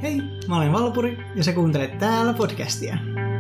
Hei, mä olen Valpuri ja sä kuuntelet täällä podcastia.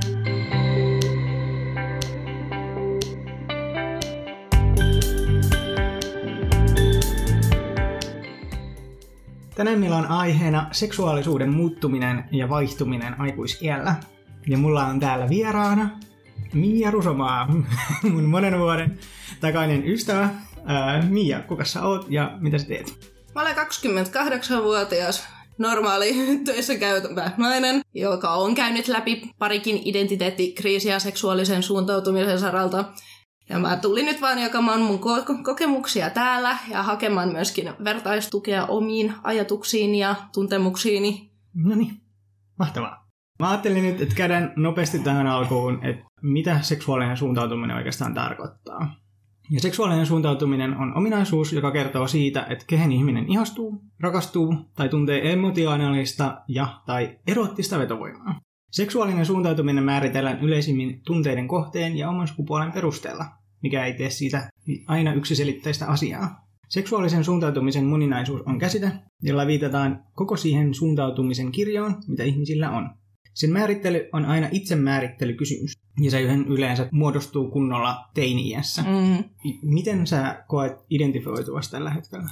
Tänään meillä on aiheena seksuaalisuuden muuttuminen ja vaihtuminen aikuisiällä. Ja mulla on täällä vieraana Mia Rusomaa, mun monen vuoden takainen ystävä. Mia, kuka sä oot ja mitä sä teet? Mä olen 28-vuotias normaali töissä käytävä nainen, joka on käynyt läpi parikin identiteettikriisiä seksuaalisen suuntautumisen saralta. Ja mä tulin nyt vaan jakamaan mun kokemuksia täällä ja hakemaan myöskin vertaistukea omiin ajatuksiini ja tuntemuksiini. No niin, mahtavaa. Mä ajattelin nyt, että käydään nopeasti tähän alkuun, että mitä seksuaalinen suuntautuminen oikeastaan tarkoittaa. Ja seksuaalinen suuntautuminen on ominaisuus, joka kertoo siitä, että kehen ihminen ihastuu, rakastuu tai tuntee emotionaalista tai eroottista vetovoimaa. Seksuaalinen suuntautuminen määritellään yleisimmin tunteiden kohteen ja oman sukupuolen perusteella, mikä ei tee siitä aina yksiselitteistä asiaa. Seksuaalisen suuntautumisen moninaisuus on käsite, jolla viitataan koko siihen suuntautumisen kirjoon, mitä ihmisillä on. Sen määrittely on aina itsemäärittelykysymys, ja se yleensä muodostuu kunnolla teini-iässä. Miten sä koet identifioituvasi tällä hetkellä?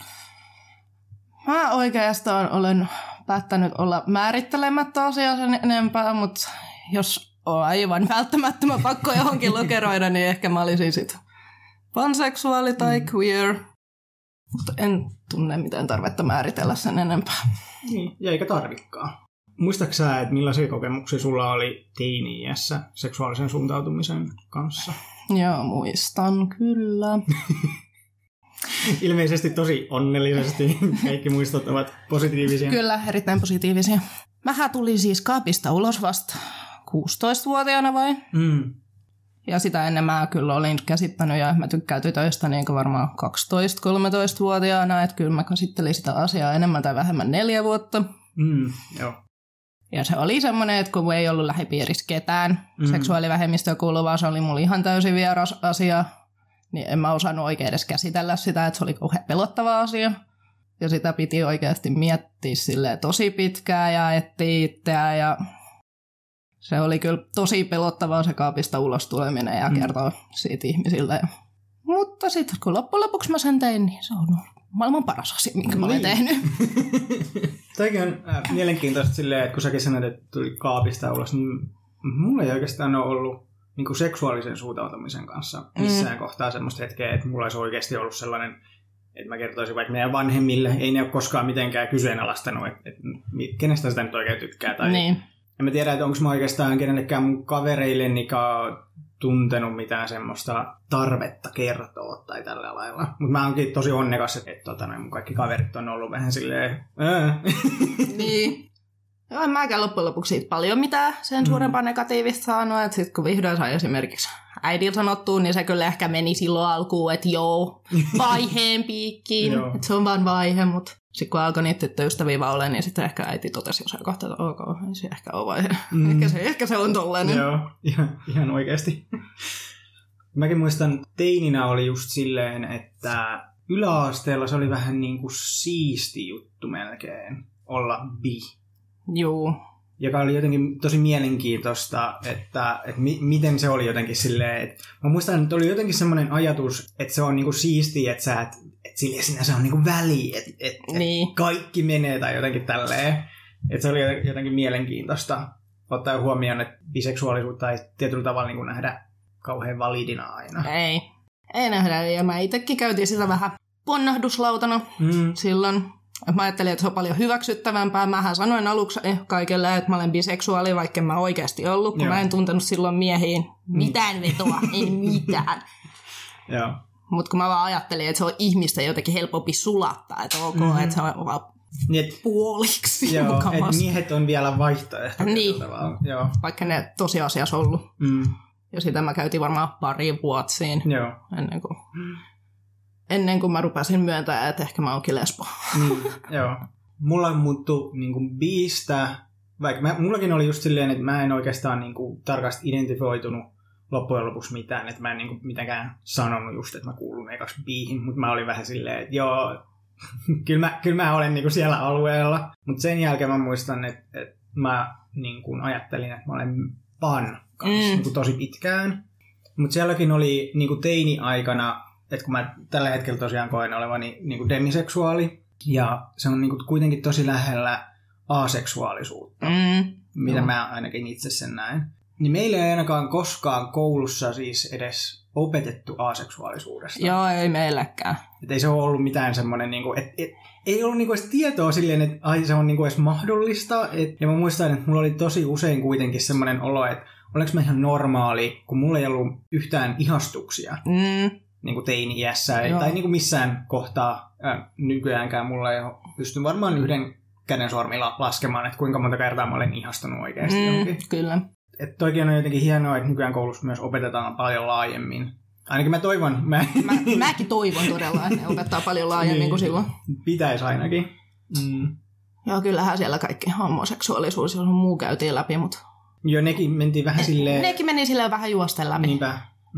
Mä oikeastaan olen päättänyt olla määrittelemättä asiaa sen enempää, mutta jos on aivan välttämättömän pakko johonkin lokeroida, niin ehkä mä olisin sit panseksuaali tai queer. Mutta en tunne mitään tarvetta määritellä sen enempää. Niin, ja eikä tarvikaan. Muistatko sä, että millaisia kokemuksia sulla oli teini-iässä seksuaalisen suuntautumisen kanssa? Joo, muistan kyllä. Ilmeisesti tosi onnellisesti. Kaikki muistot ovat positiivisia. Kyllä, erittäin positiivisia. Mähän tulin siis kaapista ulos vasta 16-vuotiaana vai? Ja sitä ennen mä kyllä olin käsittänyt ja mä tykkään tytöistä niin kuin varmaan 12-13-vuotiaana. Että kyllä mä käsittelin sitä asiaa enemmän tai vähemmän 4 vuotta. Joo. Ja se oli semmoinen, että kun ei ollut lähipiirissä ketään seksuaalivähemmistöä kuuluvaa, se oli mulle ihan täysin vieras asia. Niin en mä osannut oikein edes käsitellä sitä, että se oli kauhean pelottava asia. Ja sitä piti oikeasti miettiä silleen tosi pitkään ja etsiä itseään. Ja se oli kyllä tosi pelottavaa se kaapista ulos tuleminen ja kertoa siitä ihmisille. Mutta sitten kun loppujen lopuksi mä sen tein, niin se on maailman paras asia, minkä mä olen tehnyt. Tämäkin on mielenkiintoista silleen, että kun säkin sanoit, että tuli kaapista ulos, niin mulla ei oikeastaan ole ollut niin kuin seksuaalisen suuntautumisen kanssa missään kohtaa semmoista hetkeä, että mulla olisi oikeasti ollut sellainen, että mä kertoisin vaikka meidän vanhemmille, ei ne ole koskaan mitenkään kyseenalaistanut, että kenestä sitä nyt oikein tykkää. Tai niin. En mä tiedä, että onko mä oikeastaan kenellekään mun kavereillenikaan tuntenut mitään semmoista tarvetta kertoa tai tällä lailla. Mutta mä oonkin tosi onnekas, että mun kaikki kaverit on ollut vähän silleen Niin. Joo, en mäkään loppujen lopuksi siitä paljon mitään sen suurempaa negatiivista saanut. Että sit kun vihdoin sai esimerkiksi äidillä sanottua, niin se kyllä ehkä meni silloin alkuun, että joo, vaiheen piikkiin. Että se on vaan vaihe, mutta sitten kun alkoi niitä tyttöystäviä vaan olemaan, niin sitten ehkä äiti totesi jossain kohtaa, että ok, se ehkä on vaihe. Ehkä se on tollainen. Joo, ihan oikeasti. Mäkin muistan, teininä oli just silleen, että yläasteella se oli vähän niin kuin siisti juttu melkein olla bi. Joo. Joka oli jotenkin tosi mielenkiintoista, että miten se oli jotenkin silleen, että mä muistan, että oli jotenkin semmoinen ajatus, että se on niinku siistiä, että sä et silleen sinänsä on niinku väliä, että niin. Kaikki menee tai jotenkin tälleen. Että se oli jotenkin mielenkiintoista ottaa huomioon, että biseksuaalisuutta ei tietyllä tavalla niinku nähdä kauhean validina aina. Ei nähdä, ja mä itsekin käytiin sitä vähän ponnahduslautana silloin. Mä ajattelin, että se on paljon hyväksyttävämpää. Mähän sanoin aluksi kaikille, että mä olen biseksuaali, vaikka en mä oikeasti ollut, kun mä en tuntenut silloin miehiin mitään vetoa, en mitään. Mutta kun mä vaan ajattelin, että se on ihmistä jotenkin helpompi sulattaa, että ok, että se on vaan puoliksi että miehet on vielä vaihtoehto. Niin, vaikka ne tosiasiassa ollut. Ja sitä mä käytin varmaan 2 vuotta siinä ennen kuin mä rupesin myöntämään, että ehkä mä oonkin lesbo. Joo. Mulla muuttui niin biistä, vaikka mullakin oli just silleen, että mä en oikeastaan niin kuin tarkasti identifioitunut loppujen lopuksi mitään, että mä en niin kuin mitenkään sanonut just, että mä kuulun ekaksi biihin, mutta mä olin vähän silleen, että joo, kyllä mä olen niinku siellä alueella, mutta sen jälkeen mä muistan, että mä niinku ajattelin, että mä olen pan kanssa niinku tosi pitkään. Mutta sielläkin oli niinku teini-aikana, että kun mä tällä hetkellä tosiaan koen olevani niinku demiseksuaali, ja se on niinku kuitenkin tosi lähellä aseksuaalisuutta, mitä mä ainakin itse sen näen. Niin meillä ei ainakaan koskaan koulussa siis edes opetettu aseksuaalisuudesta. Joo, ei meilläkään. Että ei se ole ollut mitään semmoinen, niinku, ei ollut niinku edes tietoa silleen, että ai, se on niinku edes mahdollista. Ja mä muistan, että mulla oli tosi usein kuitenkin semmoinen olo, että olenko mä ihan normaali, kun mulla ei ollut yhtään ihastuksia niinku teini-iässä tai niinku missään kohtaa nykyäänkään mulla ei pysty varmaan yhden käden sormilla laskemaan, että kuinka monta kertaa mä olen ihastunut oikeasti johonkin. Kyllä. Että toikin on jotenkin hienoa, että nykyään koulussa myös opetetaan paljon laajemmin. Ainakin mä toivon. Mäkin toivon todella, että ne opettaa paljon laajemmin kuin silloin. Pitäisi ainakin. Joo, kyllähän siellä kaikki homoseksuaalisuus ja muu käytiin läpi, mutta... Joo, nekin mentiin vähän silleen... Nekin meni silleen vähän juosten läpi. Niinpä.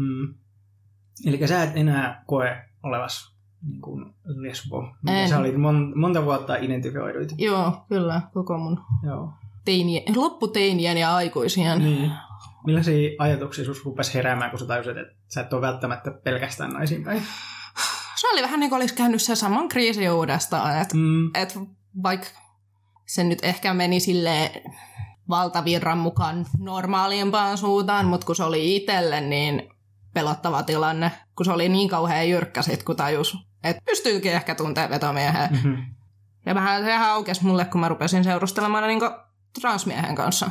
Eli sä et enää koe olevas niin kuin lesbo. Sä olit monta vuotta identifioiduit. Joo, kyllä. Koko mun lopputeinien ja aikuisien. Niin. Millaisia ajatuksia sus rupesi heräämään, kun sä tajusit, että sä et ole välttämättä pelkästään naisiin päin? Se oli vähän niin kuin olisi käynyt se saman kriisi uudestaan. Että vaikka se nyt ehkä meni silleen valtavirran mukaan normaalimpaan suuntaan, mutta kun se oli itselle niin pelottava tilanne, kun se oli niin kauhean jyrkkä sit, kun tajus, että pystyykin ehkä tuntea vetomiehen. Ja vähän sehän aukesi mulle, kun mä rupesin seurustelemaan niin transmiehen kanssa,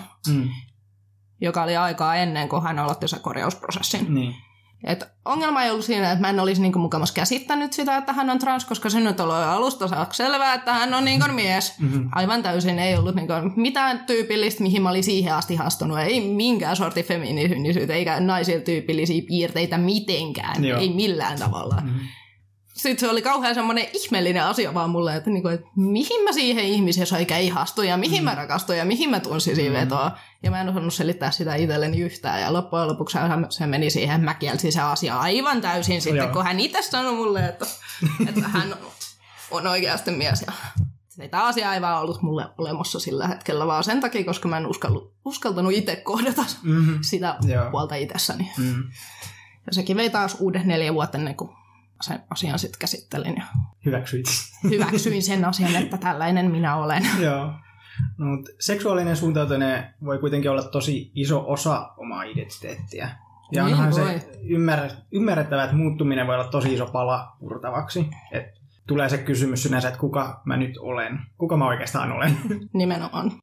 joka oli aikaa ennen kuin hän aloitti sen korjausprosessin. Niin. Et ongelma ei ollut siinä, että mä en olisi niin mukamassa käsittänyt sitä, että hän on trans, koska se nyt oli alusta saakka selvää, että hän on niin mies. Aivan täysin ei ollut niin mitään tyypillistä, mihin mä olin siihen asti hastunut. Ei minkään sortin feminiinisyyttä, eikä naisilla tyypillisiä piirteitä mitenkään. Joo. Ei millään tavalla. Sitten se oli kauhean semmoinen ihmeellinen asia vaan mulle, että, niinku, että mihin mä siihen ihmisessä oikein ihastuin ja mihin mä rakastuin ja mihin mä tunsin vetoa. Ja mä en osannut selittää sitä itselleni yhtään. Ja loppujen lopuksi se meni siihen, että mä kielsin se asia aivan täysin sitten, kun hän itse sanoi mulle, että hän on oikeasti mies. Ja sitä asiaa ei vaan ollut mulle olemassa sillä hetkellä, vaan sen takia, koska mä en uskaltanut itse kohdata sitä puolta itsessäni. Ja sekin vei taas uudet 4 vuotta ennen kuin sen asian sitten käsittelin. Ja hyväksyin sen asian, että tällainen minä olen. Joo. No, mutta seksuaalinen suuntautuminen voi kuitenkin olla tosi iso osa omaa identiteettiä. Ja onhan niin se ymmärrettävää, että muuttuminen voi olla tosi iso pala purtavaksi. Et tulee se kysymys sinänsä, että kuka mä nyt olen? Kuka mä oikeastaan olen? Nimenomaan.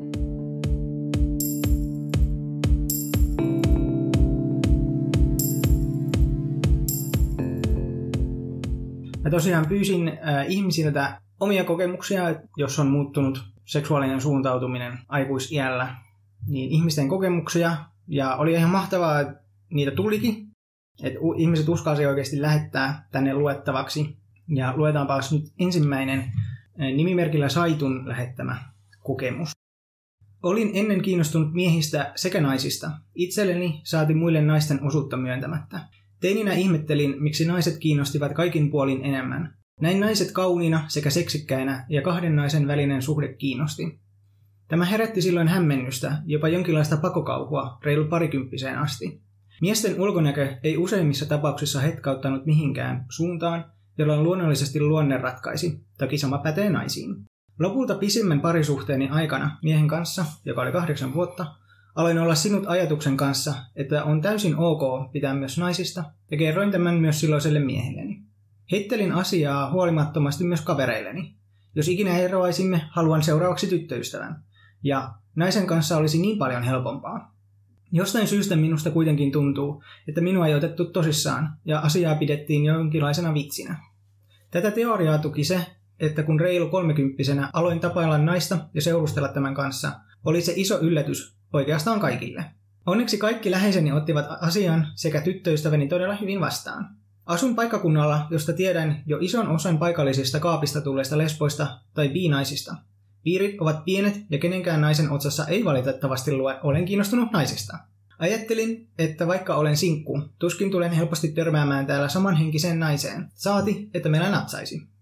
Mä tosiaan pyysin ihmisiltä omia kokemuksia, jos on muuttunut seksuaalinen suuntautuminen aikuisiällä, niin ihmisten kokemuksia. Ja oli ihan mahtavaa, että niitä tulikin. Että ihmiset uskalsi oikeasti lähettää tänne luettavaksi. Ja luetaanpas nyt ensimmäinen nimimerkillä Saitun lähettämä kokemus. Olin ennen kiinnostunut miehistä sekä naisista. Itselleni saati muille naisten osuutta myöntämättä. Teininä ihmettelin, miksi naiset kiinnostivat kaikin puolin enemmän. Näin naiset kauniina sekä seksikkäinä ja 2 naisen välinen suhde kiinnosti. Tämä herätti silloin hämmennystä, jopa jonkinlaista pakokauhua reilu parikymppiseen asti. Miesten ulkonäkö ei useimmissa tapauksissa hetkauttanut mihinkään suuntaan, jolloin luonnollisesti luonne ratkaisi. Toki sama pätee naisiin. Lopulta pisimmän parisuhteeni aikana miehen kanssa, joka oli 8 vuotta, aloin olla sinut ajatuksen kanssa, että on täysin ok pitää myös naisista, ja kerroin tämän myös silloiselle miehelleni. Heittelin asiaa huolimattomasti myös kavereilleni. Jos ikinä eroaisimme, haluan seuraavaksi tyttöystävän. Ja naisen kanssa olisi niin paljon helpompaa. Jostain syystä minusta kuitenkin tuntuu, että minua ei otettu tosissaan, ja asiaa pidettiin jonkinlaisena vitsinä. Tätä teoriaa tuki se, että kun reilu 30-vuotiaana aloin tapailla naista ja seurustella tämän kanssa, oli se iso yllätys oikeastaan kaikille. Onneksi kaikki läheiseni ottivat asian sekä tyttöystäväni todella hyvin vastaan. Asun paikkakunnalla, josta tiedän jo ison osan paikallisista kaapista tulleista lesboista tai biinaisista. Piirit ovat pienet ja kenenkään naisen otsassa ei valitettavasti lue olen kiinnostunut naisista. Ajattelin, että vaikka olen sinkku, tuskin tulen helposti törmäämään täällä samanhenkiseen naiseen. Saati, että meillä natsaisi.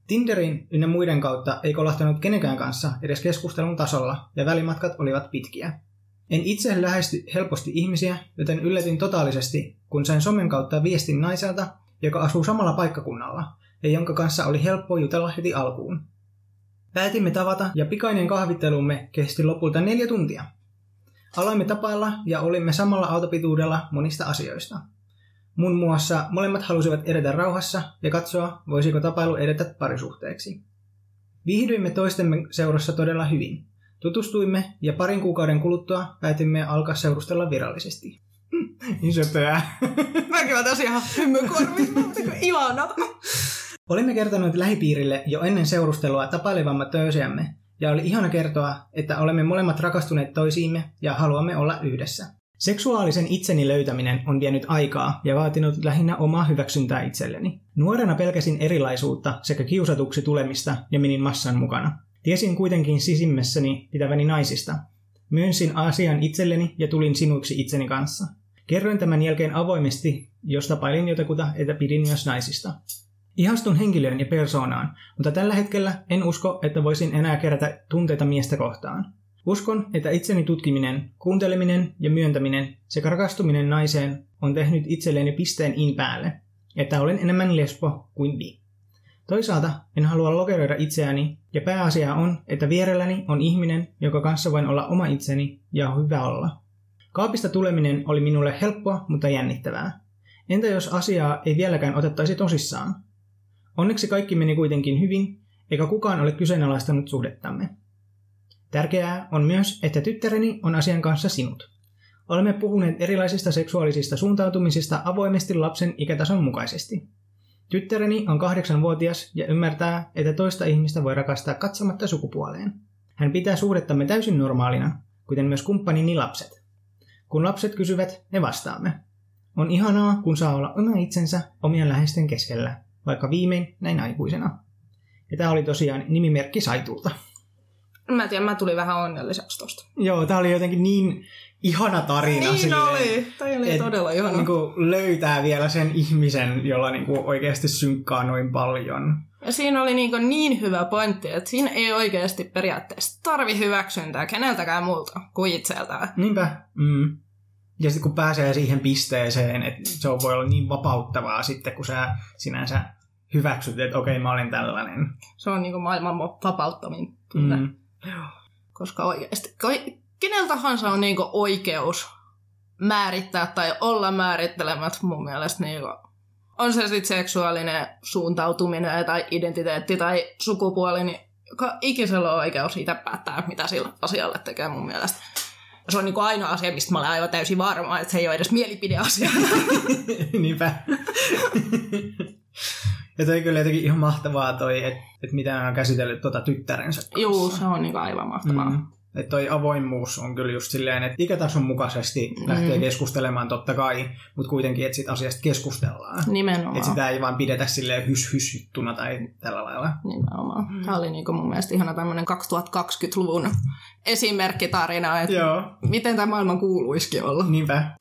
Tinderin ynnä muiden kautta ei kolahtanut kenenkään kanssa edes keskustelun tasolla, ja välimatkat olivat pitkiä. En itse lähesty helposti ihmisiä, joten yllätyin totaalisesti, kun sain somen kautta viestin naiselta, joka asuu samalla paikkakunnalla, ja jonka kanssa oli helppo jutella heti alkuun. Päätimme tavata, ja pikainen kahvittelumme kesti lopulta 4 tuntia. Aloimme tapailla ja olimme samalla aaltopituudella monista asioista. Muun muassa molemmat halusivat edetä rauhassa ja katsoa, voisiko tapailu edetä parisuhteeksi. Viihdyimme toistemme seurassa todella hyvin. Tutustuimme ja 2 kuukauden kuluttua päätimme alkaa seurustella virallisesti. Niin söpöää. Mäkin olen tosiaan hymykorvi. Ihanaa. Olimme kertoneet lähipiirille jo ennen seurustelua tapailevammat toisiamme, ja oli ihana kertoa, että olemme molemmat rakastuneet toisiimme ja haluamme olla yhdessä. Seksuaalisen itseni löytäminen on vienyt aikaa ja vaatinut lähinnä omaa hyväksyntää itselleni. Nuorena pelkäsin erilaisuutta sekä kiusatuksi tulemista ja menin massan mukana. Tiesin kuitenkin sisimmässäni pitäväni naisista. Myönsin asian itselleni ja tulin sinuiksi itseni kanssa. Kerroin tämän jälkeen avoimesti, jos tapailin jotakuta, että pidin myös naisista. Ihastun henkilöön ja persoonaan, mutta tällä hetkellä en usko, että voisin enää kerätä tunteita miestä kohtaan. Uskon, että itseni tutkiminen, kuunteleminen ja myöntäminen sekä rakastuminen naiseen on tehnyt itselleni pisteen in päälle, että olen enemmän lesbo kuin bi. Toisaalta en halua lokeroida itseäni ja pääasia on, että vierelläni on ihminen, joka kanssa voin olla oma itseni ja on hyvä olla. Kaapista tuleminen oli minulle helppoa, mutta jännittävää. Entä jos asiaa ei vieläkään otettaisi tosissaan? Onneksi kaikki meni kuitenkin hyvin, eikä kukaan ole kyseenalaistanut suhdettamme. Tärkeää on myös, että tyttäreni on asian kanssa sinut. Olemme puhuneet erilaisista seksuaalisista suuntautumisista avoimesti lapsen ikätason mukaisesti. Tyttäreni on 8-vuotias ja ymmärtää, että toista ihmistä voi rakastaa katsomatta sukupuoleen. Hän pitää suhdettamme täysin normaalina, kuten myös kumppanini lapset. Kun lapset kysyvät, ne vastaamme. On ihanaa, kun saa olla oma itsensä omien läheisten keskellä, vaikka viimein näin aikuisena. Ja tää oli tosiaan nimimerkki Saitulta. Mä tiedän, mä tulin vähän onnelliseksi tosta. Joo, tää oli jotenkin niin ihana tarina. Niin oli. Tämä oli todella ihana. Niinku löytää vielä sen ihmisen, jolla niinku oikeasti synkkaa noin paljon. Ja siinä oli niin hyvä pointti, että siinä ei oikeasti periaatteessa tarvi hyväksyntää keneltäkään muulta kuin itseltään. Niinpä. Ja sitten kun pääsee siihen pisteeseen, että se voi olla niin vapauttavaa sitten, kun sä sinänsä hyväksyt, että okei, mä olen tällainen. Se on maailman vapauttamin tunne. Koska oikeasti kenellä tahansa on oikeus määrittää tai olla määrittelemät mun mielestä. On se sitten seksuaalinen suuntautuminen tai identiteetti tai sukupuoli, niin joka ikisellä on oikeus siitä päättää, mitä sillä asialle tekee mun mielestä. Se on ainoa asia, mistä mä olen aivan täysin varma, että se ei ole edes mielipideasia. Niinpä. Ja toi kyllä jotenkin ihan mahtavaa toi, että miten on käsitellyt tyttärensä kanssa. Joo, se on aivan mahtavaa. Että toi avoimuus on kyllä just silleen, että ikätason mukaisesti lähtee keskustelemaan totta kai, mutta kuitenkin, että sit asiasta keskustellaan. Nimenomaan. Että sitä ei vaan pidetä silleen hys-hys-juttuna tai tällä lailla. Nimenomaan. Tämä oli mun mielestä ihana tämmöinen 2020-luvun esimerkkitarina, että miten tämä maailman kuuluisikin olla. Niinpä.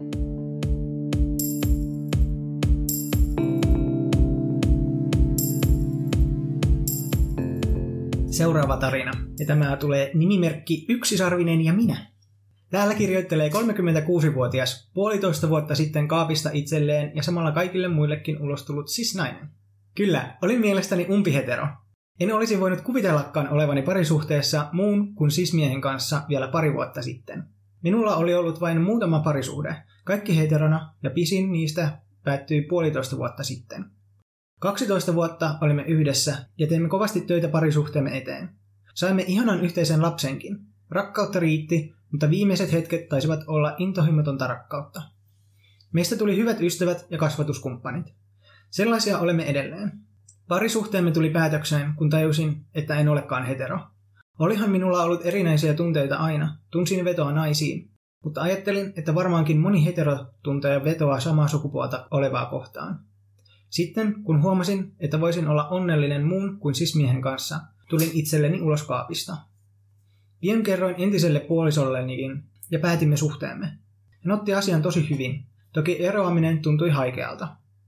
Seuraava tarina, ja tämä tulee nimimerkki Yksisarvinen ja minä. Täällä kirjoittelee 36-vuotias 1,5 vuotta sitten kaapista itselleen ja samalla kaikille muillekin ulostullut cis-nainen. Kyllä, olin mielestäni umpihetero. En olisi voinut kuvitellakaan olevani parisuhteessa muun kuin cis-miehen kanssa vielä 2 vuotta sitten. Minulla oli ollut vain muutama parisuhde, kaikki heterona, ja pisin niistä päättyi 1,5 vuotta sitten. 12 vuotta olimme yhdessä ja teimme kovasti töitä parisuhteemme eteen. Saimme ihanan yhteisen lapsenkin. Rakkautta riitti, mutta viimeiset hetket taisivat olla intohimotonta rakkautta. Meistä tuli hyvät ystävät ja kasvatuskumppanit. Sellaisia olemme edelleen. Parisuhteemme tuli päätökseen, kun tajusin, että en olekaan hetero. Olihan minulla ollut erinäisiä tunteita aina, tunsin vetoa naisiin, mutta ajattelin, että varmaankin moni hetero tuntee vetoa samaa sukupuolta olevaa kohtaan. Sitten, kun huomasin, että voisin olla onnellinen muun kuin cis-miehen kanssa, tulin itselleni ulos kaapista. Pian kerroin entiselle puolisollenikin ja päätimme suhteemme. Hän otti asian tosi hyvin. Toki eroaminen tuntui haikealta.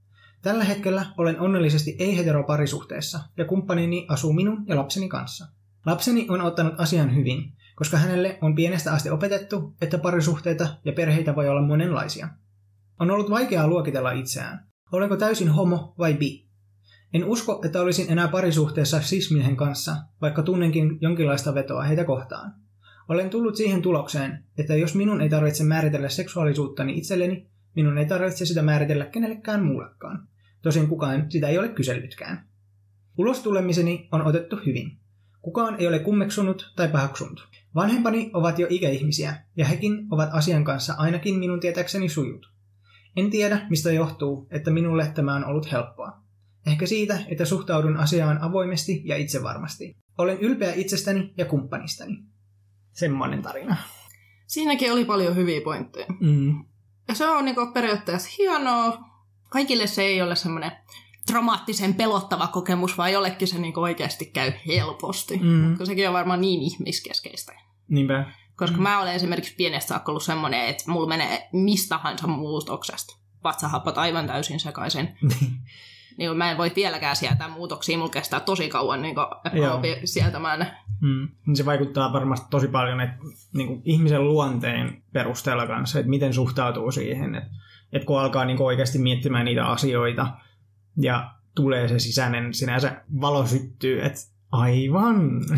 Tällä hetkellä olen onnellisesti ei-heteroparisuhteessa ja kumppanini asuu minun ja lapseni kanssa. Lapseni on ottanut asian hyvin, koska hänelle on pienestä asti opetettu, että parisuhteita ja perheitä voi olla monenlaisia. On ollut vaikeaa luokitella itseään. Olenko täysin homo vai bi? En usko, että olisin enää parisuhteessa cis-miehen kanssa, vaikka tunnenkin jonkinlaista vetoa heitä kohtaan. Olen tullut siihen tulokseen, että jos minun ei tarvitse määritellä seksuaalisuuttani itselleni, minun ei tarvitse sitä määritellä kenellekään muullekaan. Tosin kukaan sitä ei ole kysellytkään. Ulostulemiseni on otettu hyvin. Kukaan ei ole kummeksunut tai pahaksunut. Vanhempani ovat jo ikäihmisiä, ja hekin ovat asian kanssa ainakin minun tietääkseni sujut. En tiedä, mistä johtuu, että minulle tämä on ollut helppoa. Ehkä siitä, että suhtaudun asiaan avoimesti ja itsevarmasti. Olen ylpeä itsestäni ja kumppanistani. Semmoinen tarina. Siinäkin oli paljon hyviä pointteja. Ja se on niinku periaatteessa hienoa. Kaikille se ei ole semmoinen dramaattisen pelottava kokemus, vaan jollekin se niinku oikeasti käy helposti. Mutta sekin on varmaan niin ihmiskeskeistä. Niinpä. Koska mä olen esimerkiksi pienestä saakka ollut semmoinen, että mulla menee mistä tahansa muutoksesta vatsahappat aivan täysin sekaisin. Niin mä en voi vieläkään sietää muutoksia, mulla kestää tosi kauan niin oppi sieltämään. Se vaikuttaa varmasti tosi paljon että, niin ihmisen luonteen perusteella kanssa, että miten suhtautuu siihen. Että kun alkaa niin oikeasti miettimään niitä asioita ja tulee se sisäinen sinänsä valo syttyy, että aivan.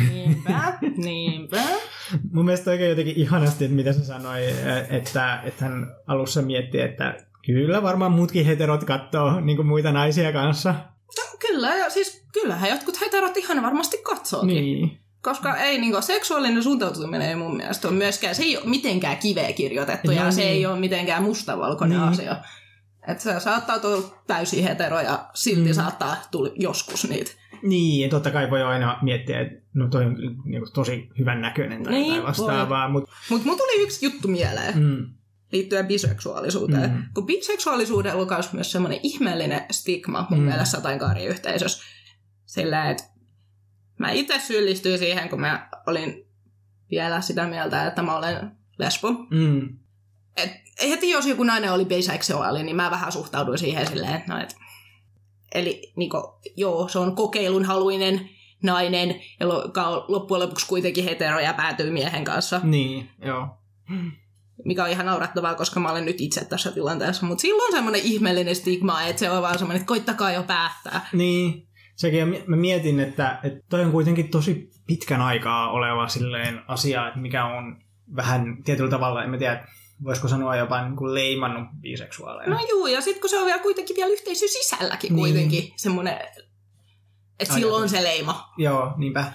Niinpä. Mun mielestä oikein jotenkin ihanasti, että mitä se sanoi, että hän alussa mietti, että kyllä varmaan muutkin heterot katsoo niin kuin muita naisia kanssa. No, kyllä, ja siis kyllähän jotkut heterot ihan varmasti katsookin. Niin. Koska ei niin kuin, seksuaalinen suuntautuminen ei mun mielestä ole myöskään, se ei ole mitenkään kiveen kirjoitettu ja se ei ole mitenkään mustavalkoinen asia. Että se saattaa tulla täysin hetero ja silti saattaa tulla joskus niitä. Niin, ja totta kai voi aina miettiä, että no toi on niin tosi hyvän näköinen tai vastaavaa. Mutta mun tuli yksi juttu mieleen. Liittyen biseksuaalisuuteen. Kun biseksuaalisuudella on myös semmoinen ihmeellinen stigma mun mielestä sateenkaariyhteisössä. Sillä, että mä itse syyllistyin siihen, kun mä olin vielä sitä mieltä, että mä olen lesbo. Et heti jos joku nainen oli biseksuaali, niin mä vähän suhtauduin siihen silleen, että no, eli niinku, joo, se on kokeilunhaluinen nainen, joka on loppujen lopuksi kuitenkin hetero ja päätyy miehen kanssa. Niin, joo. Mikä on ihan naurattavaa, koska mä olen nyt itse tässä tilanteessa. Mutta silloin on semmoinen ihmeellinen stigma, että se on vaan semmoinen, että koittakaa jo päättää. Niin, sekin mä mietin, että toi on kuitenkin tosi pitkän aikaa oleva silleen asia, että mikä on vähän tietyllä tavalla, en mä tiedä, voisiko sanoa jopa niin kuin leimannut biseksuaaleja. No juu, ja sitten kun se on vielä kuitenkin vielä yhteisön sisälläkin kuitenkin semmoinen, että silloin on se leima. Joo, niinpä.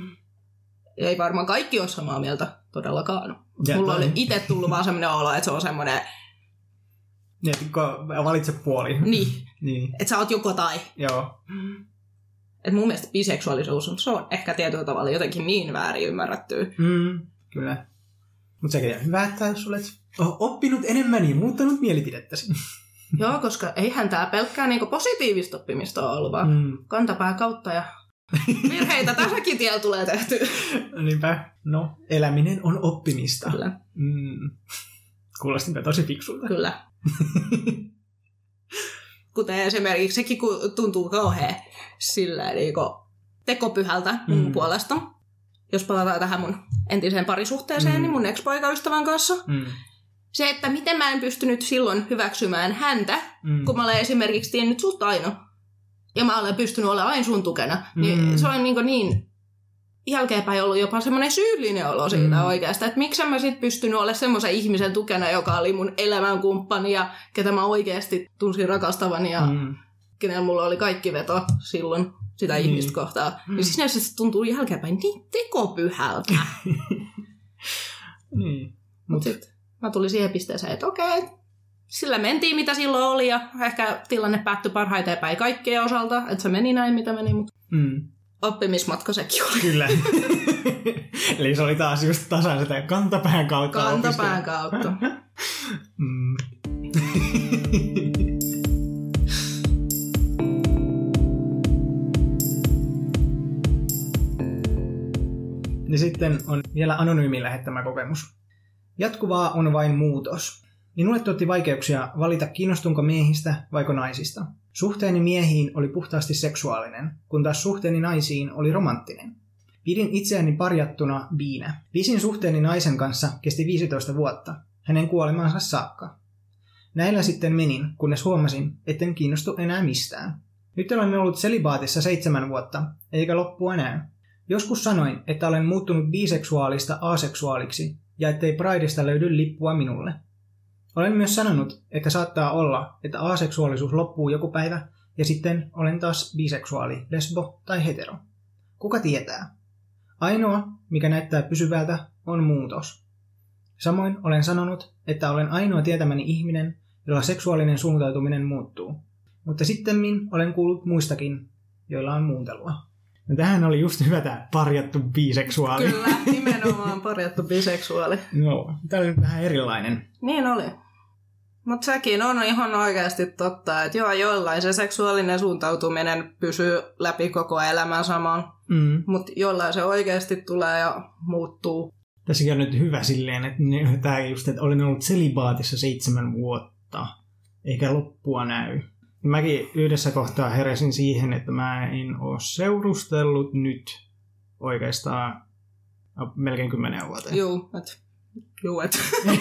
Ei varmaan kaikki ole samaa mieltä todellakaan. Mulla oli itse tullut vaan semmoinen olo, että se on semmoinen... Niin, valitse puoli. Niin. Että sä oot joko tai. Joo. Et mun mielestä biseksuaalisuus se on ehkä tietyllä tavalla jotenkin niin väärin ymmärrettyä. Kyllä. Mutta sekin on hyvä, että jos olet oppinut enemmän ja muuttanut mielipidettäsi. Joo, koska eihän tää pelkkää niinku positiivista oppimista ole ollut, vaan kantapää kautta ja virheitä tässäkin tiellä tulee tehty. Niinpä. No, eläminen on oppimista. Kyllä. Kuulostinpä tosi fiksulta. Kyllä. Kuten esimerkiksi sekin, kun tuntuu kauhean silleen niin tekopyhältä mun puolesta. Jos palataan tähän mun entiseen parisuhteeseen, niin mun ex-poikaystävän kanssa. Se, että miten mä en pystynyt silloin hyväksymään häntä, kun mä olen esimerkiksi tiennyt sut aina. Ja mä olen pystynyt olemaan aina sun tukena. Niin se on niin jälkeenpäin ollut jopa semmoinen syyllinen olo siitä oikeastaan. Että miksi mä sit pystynyt olemaan semmoisen ihmisen tukena, joka oli mun elämänkumppani ja ketä mä oikeasti tunsin rakastavani ja kenellä mulla oli kaikki veto silloin sitä ihmistä kohtaa. Ja sinänsä se tuntuu jälkeenpäin niin tekopyhältä. Mutta sitten mä tulin siihen pisteeseen, että okei, sillä mentiin mitä silloin oli ja ehkä tilanne päättyi parhaiten päin kaikkien osalta. Että se meni näin mitä meni, mutta oppimismatka sekin oli. Kyllä. Eli se oli taas just tasan sitä kantapään kautta. Kantapään kautta. Ja sitten on vielä anonyymin lähettämä kokemus. Jatkuvaa on vain muutos. Minulle tuotti vaikeuksia valita kiinnostunko miehistä vaiko naisista. Suhteeni miehiin oli puhtaasti seksuaalinen, kun taas suhteeni naisiin oli romanttinen. Pidin itseäni parjattuna biinä. Pisin suhteeni naisen kanssa kesti 15 vuotta, hänen kuolemansa saakka. Näillä sitten menin, kunnes huomasin, etten kiinnostu enää mistään. Nyt olen ollut selibaatissa 7 vuotta, eikä loppua näy. Joskus sanoin, että olen muuttunut biseksuaalista aseksuaaliksi, ja ettei Prideista löydy lippua minulle. Olen myös sanonut, että saattaa olla, että aseksuaalisuus loppuu joku päivä, ja sitten olen taas biseksuaali, lesbo tai hetero. Kuka tietää? Ainoa, mikä näyttää pysyvältä, on muutos. Samoin olen sanonut, että olen ainoa tietämäni ihminen, jolla seksuaalinen suuntautuminen muuttuu. Mutta sittemmin olen kuullut muistakin, joilla on muuntelua. No tähän oli just hyvä tämä parjattu biseksuaali. Kyllä, nimenomaan parjattu biseksuaali. No, tämä oli vähän erilainen. Niin oli. Mutta sekin on ihan oikeasti totta, että joillain se seksuaalinen suuntautuminen pysyy läpi koko elämän saman, mutta joillain se oikeasti tulee ja muuttuu. Tässäkin on nyt hyvä silleen, että tämä just, että olen ollut selibaatissa 7 vuotta, eikä loppua näy. Mäkin yhdessä kohtaa heräsin siihen, että mä en ole seurustellut nyt oikeastaan melkein 10 vuoteen. Juu, et.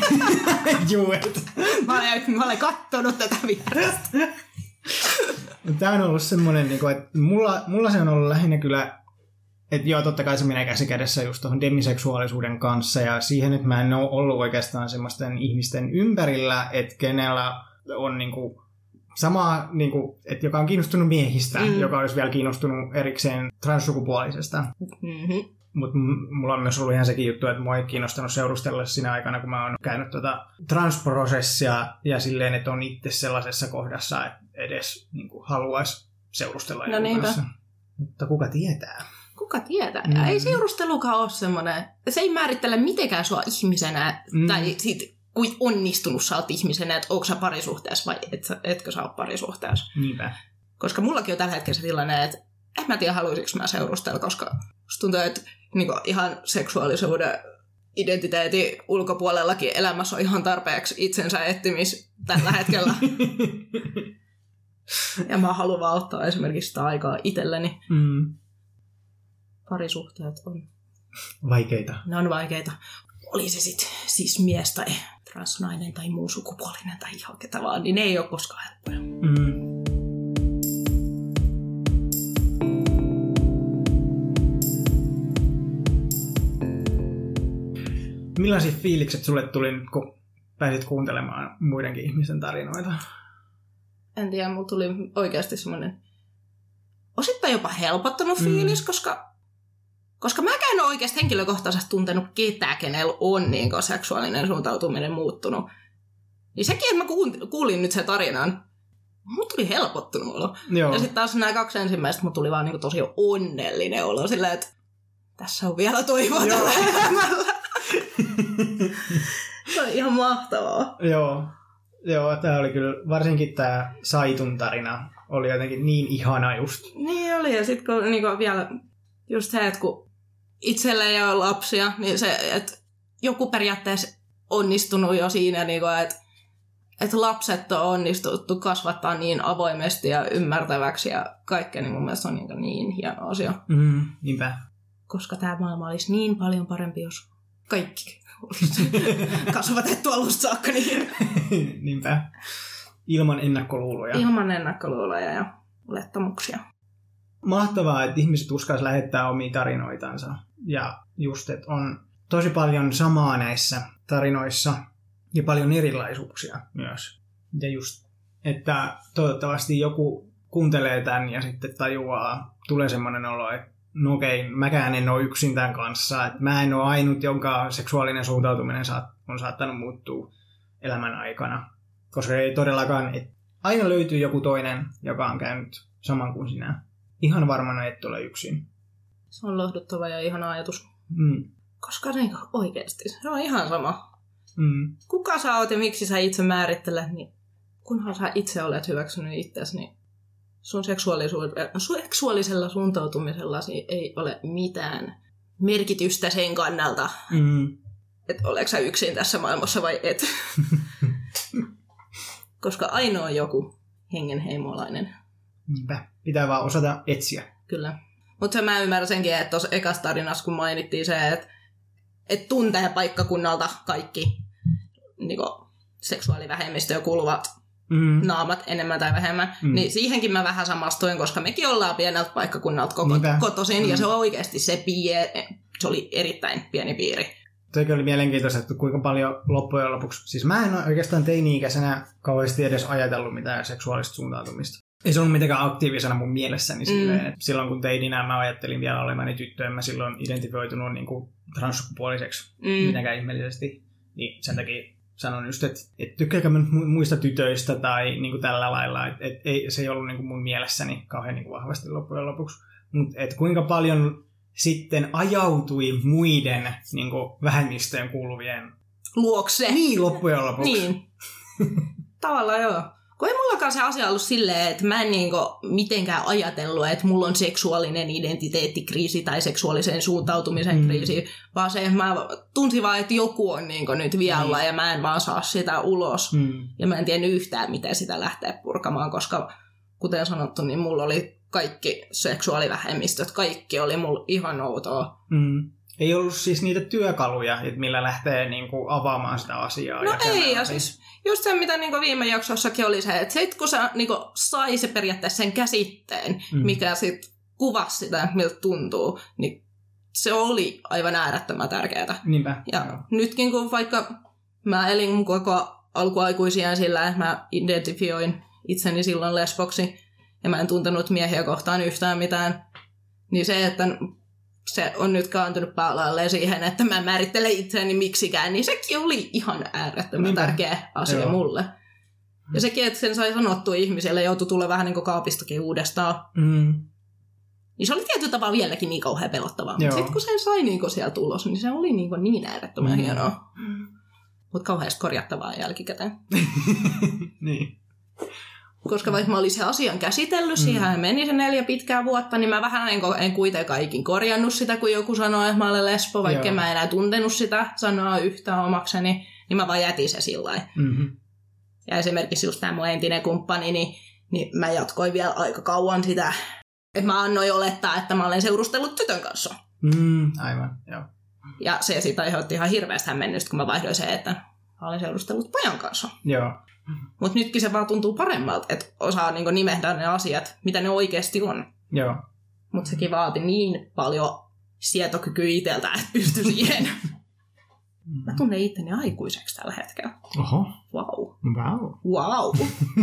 Mä olen kattonut tätä vierestä. Tämä on ollut semmoinen, että mulla se on ollut lähinnä kyllä, että joo, totta kai se menee käsi kädessä just tuohon demiseksuaalisuuden kanssa ja siihen, että mä en ole ollut oikeastaan semmoisten ihmisten ympärillä, että kenellä on niinku samaa, niinku, että joka on kiinnostunut miehistä, joka olisi vielä kiinnostunut erikseen transsukupuolisesta. Mm-hmm. Mutta mulla on myös ollut ihan sekin juttu, että mua ei kiinnostanut seurustella siinä aikana, kun mä oon käynyt transprosessia ja silleen, että on itse sellaisessa kohdassa, että edes niinku haluaisi seurustella jonkun kanssa. Mutta kuka tietää? Kuka tietää? Ei seurustelukaan ole semmoinen. Se ei määrittele mitenkään sua ihmisenä tai siitä, kuin onnistunut sä oot ihmisenä, että onko sä parisuhteessa vai etkö sä ole parisuhteessa. Niinpä. Koska mullakin on tällä hetkellä se tilanne, että en mä tiedä haluaisinko mä seurustella, koska tuntuu, että niin ihan seksuaalisuuden identiteetin ulkopuolellakin elämässä on ihan tarpeeksi itsensä etsimis tällä hetkellä. Ja mä haluan vaan ottaa esimerkiksi sitä aikaa itselleni. Parisuhteet on vaikeita. Ne on vaikeita. Oli se sitten siis mies tai transnainen tai muu sukupuolinen tai ihan ketä vaan, niin ne ei ole koskaan helppoja. Millaiset fiilikset sulle tuli, kun pääsit kuuntelemaan muidenkin ihmisten tarinoita? En tiedä, mulla tuli oikeasti semmoinen osittain jopa helpottanut fiilis, koska mäkään en ole oikeasti henkilökohtaisesti tuntenut ketään, kenellä on niin seksuaalinen suuntautuminen muuttunut. Niin sekin, että mä kuulin nyt sen tarinan, mulla tuli helpottunut olo. Joo. Ja sitten taas nämä 2 ensimmäistä, mulla tuli vaan niin tosi onnellinen olo sillä, että tässä on vielä toivoa tällä elämällä. Se on ihan mahtavaa. Joo, tää oli kyllä, varsinkin tää Saitun tarina oli jotenkin niin ihana just. Niin oli, ja sit kun niinku vielä just se, että kun itsellä ei ole lapsia, niin se, että joku periaatteessa onnistunut jo siinä, niinku, että lapset on onnistuttu kasvattaa niin avoimesti ja ymmärtäväksi ja kaikkea, niin mun mielestä on niin hieno asia. Niinpä. Koska tämä maailma olisi niin paljon parempi, jos kaikki olisi kasvatettu alusta saakka. Niin. Niinpä. Ilman ennakkoluuloja. Ilman ennakkoluuloja ja olettamuksia. Mahtavaa, että ihmiset uskaltaisi lähettää omia tarinoitansa. Ja just, että on tosi paljon samaa näissä tarinoissa ja paljon erilaisuuksia myös. Ja just, että toivottavasti joku kuuntelee tämän ja sitten tajuaa, tulee semmoinen olo, että no okei, mäkään en ole yksin tämän kanssa. Että mä en ole ainut, jonka seksuaalinen suuntautuminen on saattanut muuttua elämän aikana. Koska ei todellakaan, että aina löytyy joku toinen, joka on käynyt saman kuin sinä. Ihan varmana et ole yksin. Se on lohduttava ja ihana ajatus. Koska niin oikeasti, se on ihan sama. Kuka sä oot ja miksi sä itse määrittelet, niin kunhan sä itse olet hyväksynyt itsesi, niin sun seksuaalisella suuntautumisella ei ole mitään merkitystä sen kannalta, että oletko sä yksin tässä maailmassa vai et. koska aina on joku hengenheimolainen. Niinpä. Pitää vaan osata etsiä. Kyllä. Mutta mä ymmärrän senkin, että tuossa ekassa tarinassa, kun mainittiin se, että tuntee paikkakunnalta kaikki niinku, seksuaalivähemmistöön kuuluvat naamat enemmän tai vähemmän, niin siihenkin mä vähän samastuin, koska mekin ollaan pieneltä paikkakunnalta kotoisin, ja se on oikeasti se oli erittäin pieni piiri. Toikin oli mielenkiintoista, että kuinka paljon loppujen lopuksi, siis mä en ole oikeastaan teini-ikäisenä kauheasti edes ajatellut mitään seksuaalista suuntautumista. Ei se ollut mitenkään aktiivisena mun mielessäni silleen, että silloin kun teininä mä ajattelin vielä olevani tyttö, en mä silloin identifioitunut niin kuin transsukupuoliseksi mitenkään ihmeellisesti, niin sen takia sanon just, että tykkääkö mä muista tytöistä tai niin kuin tällä lailla, että se ei ollut niin kuin mun mielessäni kauhean niin kuin vahvasti loppujen lopuksi, mutta kuinka paljon sitten ajautui muiden niin kuin vähemmistöön kuuluvien luokse. Niin, loppujen lopuksi. Niin. Tavallaan joo. Kun ei mullakaan se asia ollut silleen, että mä en niinku mitenkään ajatellut, että mulla on seksuaalinen identiteettikriisi tai seksuaalisen suuntautumisen kriisi, vaan se, että mä tunsin vaan, että joku on niinku nyt vialla ja mä en vaan saa sitä ulos. Ja mä en tiennyt yhtään, miten sitä lähtee purkamaan, koska kuten sanottu, niin mulla oli kaikki seksuaalivähemmistöt, kaikki oli mulla ihan outoa. Ei ollut siis niitä työkaluja, millä lähtee niinku avaamaan sitä asiaa. No ei, ja siis just se, mitä niinku viime jaksossakin oli se, että sit kun se niinku sai se periaatteessa sen käsitteen, mikä sit kuvasi sitä, miltä tuntuu, niin se oli aivan äärettömän tärkeää. Niinpä. Ja nytkin, kun vaikka mä elin mun koko alkuaikuisiään sillä, että mä identifioin itseni silloin lesboksi, ja mä en tuntenut miehiä kohtaan yhtään mitään, niin se, että se on nyt kaantunut päälailleen siihen, että mä määrittelen itseäni miksikään, niin sekin oli ihan äärettömän tärkeä asia mulle. Ja sekin, että sen sai sanottua ihmiselle, joutui tulla vähän niin kuin kaapistakin uudestaan. Niin se oli tietyllä tavalla vieläkin niin kauhean pelottavaa. Mutta sitten kun sen sai niin sieltä ulos, niin se oli niin äärettömän hienoa. Mutta kauheasti korjattavaa jälkikäteen. Niin. Koska vaikka mä olin sen asian käsitellyt, siihen meni se 4 pitkää vuotta, niin mä vähän en kuitenkaan ikin korjannut sitä, kun joku sanoi, että mä olen lesbo, vaikka mä enää tuntenut sitä sanoa yhtään omakseni, niin mä vaan jätin se sillä lailla. Ja esimerkiksi just tämä mun entinen kumppani, niin mä jatkoin vielä aika kauan sitä, että mä annoin olettaa, että mä olen seurustellut tytön kanssa. Aivan, joo. Ja se siitä aiheutti ihan hirveästi hämmennystä, kun mä vaihdoin se, että mä olen seurustellut pojan kanssa. Joo. Mutta nytkin se vaan tuntuu paremmalta, että osaa niinku nimehdä ne asiat, mitä ne oikeasti on. Joo. Mutta sekin vaati niin paljon sietokykyä itseltä, että pystyi siihen. Mä tunnen itteni aikuiseksi tällä hetkellä. Oho. Wow. Wow.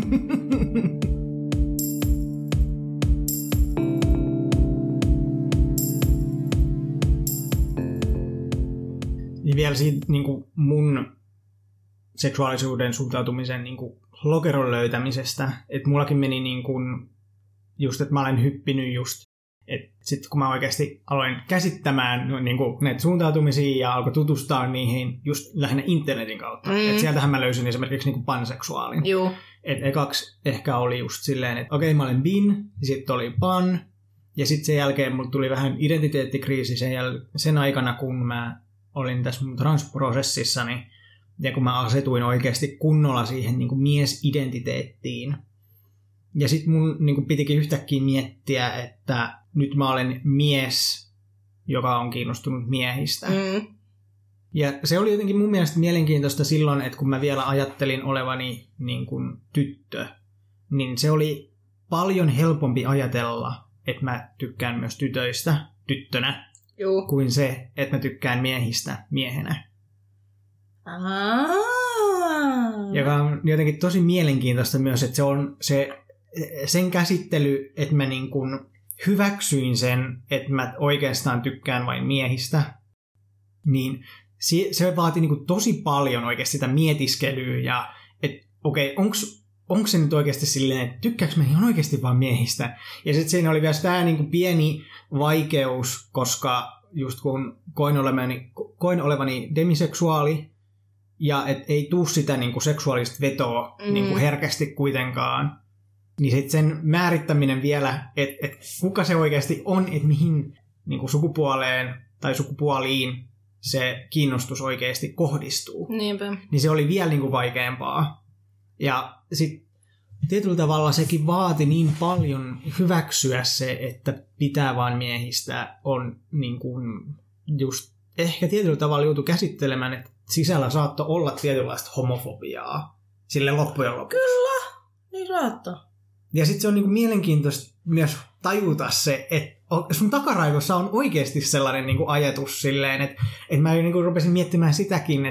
Niin vielä siitä niin kuin mun seksuaalisuuden suhtautumisen niin kuin lokeron löytämisestä, että mullakin meni niin kuin just, että mä olen hyppinyt just, että sitten kun mä oikeasti aloin käsittämään niin kuin näitä suuntautumisia ja alkoi tutustua niihin just lähinnä internetin kautta, että sieltähän mä löysin esimerkiksi niin kuin panseksuaalin. Että ekaksi ehkä oli just silleen, että okei, mä olen bin, ja sitten oli pan, ja sitten sen jälkeen mulla tuli vähän identiteettikriisi sen aikana, kun mä olin tässä mun transprosessissani, ja kun mä asetuin oikeasti kunnolla siihen niin kuin miesidentiteettiin. Ja sitten mun niin kuin pitikin yhtäkkiä miettiä, että nyt mä olen mies, joka on kiinnostunut miehistä. Ja se oli jotenkin mun mielestä mielenkiintoista silloin, että kun mä vielä ajattelin olevani niin kuin tyttö, niin se oli paljon helpompi ajatella, että mä tykkään myös tytöistä tyttönä, kuin se, että mä tykkään miehistä miehenä. Joka on jotenkin tosi mielenkiintoista myös, että se on sen käsittely, että mä niin kuin hyväksyin sen, että mä oikeastaan tykkään vain miehistä, niin se vaati niin kuin tosi paljon oikeasti sitä mietiskelyä ja että okei, onko se nyt oikeasti silleen, että tykkääkö mä ihan oikeasti vaan miehistä? Ja sitten siinä oli vielä tämä niin kuin pieni vaikeus, koska just kun koin olevani demiseksuaali, ja et ei tuu sitä niinku seksuaalista vetoa niinku herkästi kuitenkaan, niin sitten sen määrittäminen vielä, että kuka se oikeasti on, että mihin niinku sukupuoleen tai sukupuoliin se kiinnostus oikeasti kohdistuu. Niinpä. Niin se oli vielä niinku vaikeampaa. Ja sitten tietyllä tavalla sekin vaati niin paljon hyväksyä se, että pitää vaan miehistä on niin kuin just ehkä tietyllä tavalla joutui käsittelemään, että sisällä saattoi olla tietynlaista homofobiaa sille loppujen lopuksi. Kyllä, niin saattoi. Ja sitten se on niinku mielenkiintoista myös tajuta se, että sun takaraivossa on oikeasti sellainen niinku ajatus silleen, että mä niinku rupesin miettimään sitäkin,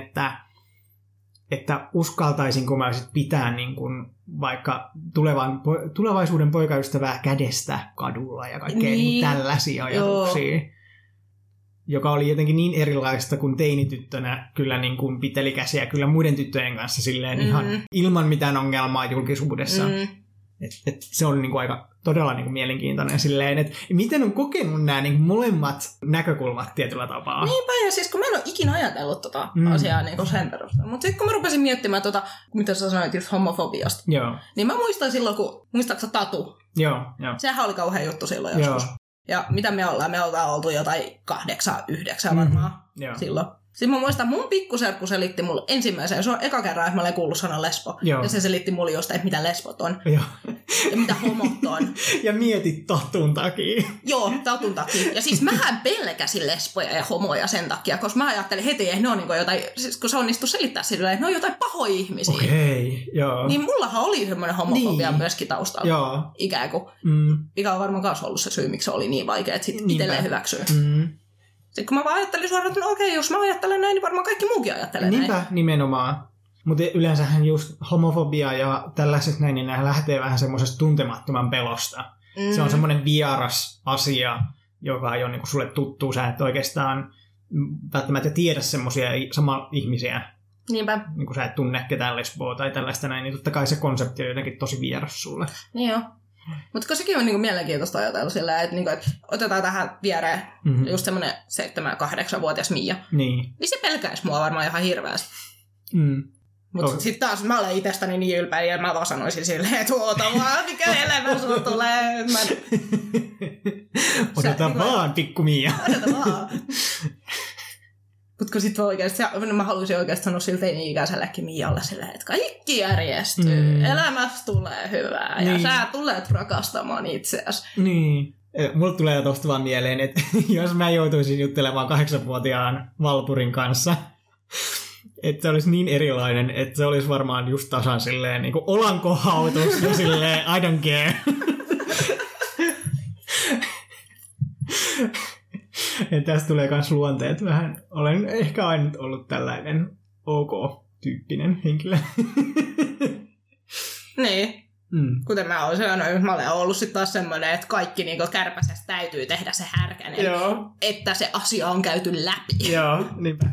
että uskaltaisinko mä sit pitää niinku vaikka tulevaisuuden poikaystävää kädestä kadulla ja kaikkea niin tällaisia ajatuksia. Joo. Joka oli jotenkin niin erilaista kuin teinityttönä kyllä niin kuin piteli käsiä kyllä muiden tyttöjen kanssa silleen ihan ilman mitään ongelmaa julkisuudessa. Et se on niin kuin aika todella niin kuin mielenkiintoinen silleen, että miten on kokenut nämä niin kuin molemmat näkökulmat tietyllä tapaa. Niinpä, ja siis kun mä en ole ikinä ajatellut asiaa niin kuin sen perusteella. Mutta sitten kun mä rupesin miettimään mitä sä sanoit just homofobiasta, niin mä muistan silloin, kun muistatko Tatu? Joo. Sehän oli kauhean juttu silloin joskus. Ja mitä me ollaan? Me ollaan oltu jotain 8-9 varmaan silloin. Sitten mä muistan, mun pikkuserkku selitti mulle ensimmäisen, se on eka kerran, että mä olen kuullut sanan lesbo. Joo. Ja se selitti mulle jostain, että mitä lesbot on. Joo. Ja mitä homot on. Ja mietit Tatun takia. Joo, Tatun takia. Ja siis mähän pelkäsin lesboja ja homoja sen takia, koska mä ajattelin heti, että ne on niin jotain, siis kun se onnistui selittää sille, että ne on jotain pahoja ihmisiä. Okei, joo. Niin mullahan oli semmoinen homofobia myöskin taustalla. Joo. Ikään kuin. Mikä on varmaan kanssa ollut se syy, miksi se oli niin vaikea, että sitten itselleen hyväksyy. Sitten kun mä vaan ajattelin suoraan, että no okei, jos mä ajattelen näin, niin varmaan kaikki muukin ajattelee näin. Niinpä, nimenomaan. Mutta yleensähän just homofobia ja tällaiset näin, niin nämä lähtee vähän semmoisesta tuntemattoman pelosta. Se on semmoinen vieras asia, joka ei ole niin sulle tuttu. Sä et oikeastaan välttämättä tiedä semmoisia samaa ihmisiä. Niinpä. Niin kun sä et tunne ketään lesboa tai tällaista näin, niin totta kai se konsepti on jotenkin tosi vieras sulle. Niin joo. Mutta kun sekin on niinku mielenkiintoista ajatella sillä, että, niinku, että otetaan tähän viereen just semmoinen 7-8-vuotias Mia. Niin se pelkäisi mua varmaan ihan hirveästi. Mutta sitten taas mä olen itsestäni niin ylpeä ja mä vaan sanoisin silleen, että oota vaan, mikä elämä sulla tulee. Odota vaan, pikku Mia. Odota vaan. Mutta kun sitten oikeasti, mä haluaisin oikeasti sanoa siltä teini-ikäisellekin Mialle silleen, että kaikki järjestyy, elämästä tulee hyvää ja sä tulet rakastamaan itseäsi. Niin. Mulle tulee tosta vaan mieleen, että jos mä joutuisin juttelemaan 8-vuotiaan Valpurin kanssa, että se olisi niin erilainen, että se olisi varmaan just tasan silleen niin kuin olankohautus ja silleen I don't care. Ja tästä tulee myös luonteet vähän. Olen ehkä aina ollut tällainen ok-tyyppinen henkilö. Niin. Kuten mä olen sanonut, mä olen ollut sitten taas semmoinen, että kaikki niin kärpäsestä täytyy tehdä se härkänen, että se asia on käyty läpi. Joo, niinpä.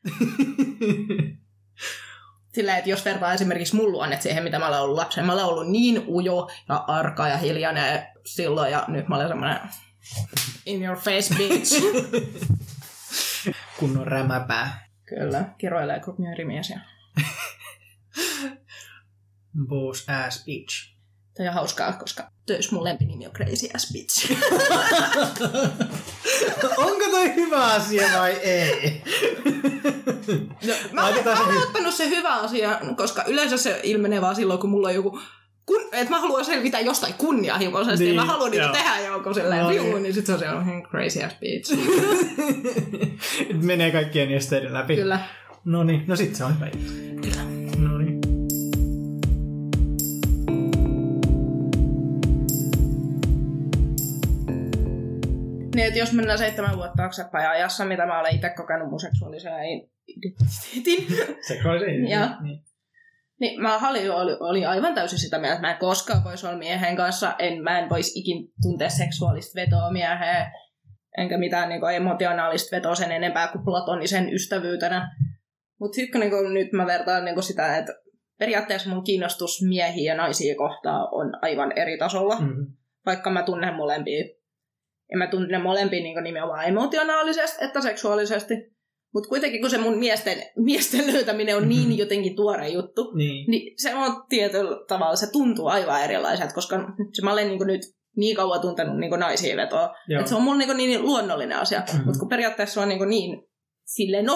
Sillä, että jos vertaa esimerkiksi mun luonnet siihen, mitä mä olen ollut lapsen, mä olen ollut niin ujo ja arka ja hiljainen silloin, ja nyt mä olen semmoinen in your face bitch. Kunnon rämäpää. Kyllä, kiroilee kuin myyrimies. Boss ass bitch. Tämä on hauskaa, koska töissä mun lempinimi on crazy ass bitch. Onko toi hyvä asia vai ei? No, mä olen ottanut se hyvä asia, koska yleensä se ilmenee vaan silloin, kun mulla on joku... että mä haluan selvitä jostain kunnianhimoisesti, niin, ja mä haluan niitä tehdä jonkun silleen, niin sit se on sellainen crazy ass bitch. Menee kaikkien esteiden läpi. Kyllä. Noniin, no sit se on hyvä juttu. Kyllä. Noniin. Niin, että jos mennään 7 vuotta taaksepäin ajassa, mitä mä olen itse kokenut mun seksuaalisen identiteetin. Seksuaalisen niin. Niin mä olin aivan täysin sitä mieltä, että mä en koskaan voisi olla miehen kanssa. Mä en voisi ikin tuntea seksuaalista vetoa mieheen. Enkä mitään niin kuin emotionaalista vetoa sen enempää kuin platonisen ystävyytenä. Mutta sitten kun nyt mä vertaan niin sitä, että periaatteessa mun kiinnostus miehiä ja naisia kohtaan on aivan eri tasolla. Vaikka mä tunnen molempia. Ja mä tunnen molempia niin nimenomaan emotionaalisesti että seksuaalisesti. Mutta kuitenkin kun se mun miesten löytäminen on niin jotenkin tuore juttu, niin se on tietyllä tavalla, se tuntuu aivan erilaiselta, koska mä olen nyt niin kauan tuntenut naisia vetoa, että se on mulla niin luonnollinen asia. Mutta kun periaatteessa se on niin silleen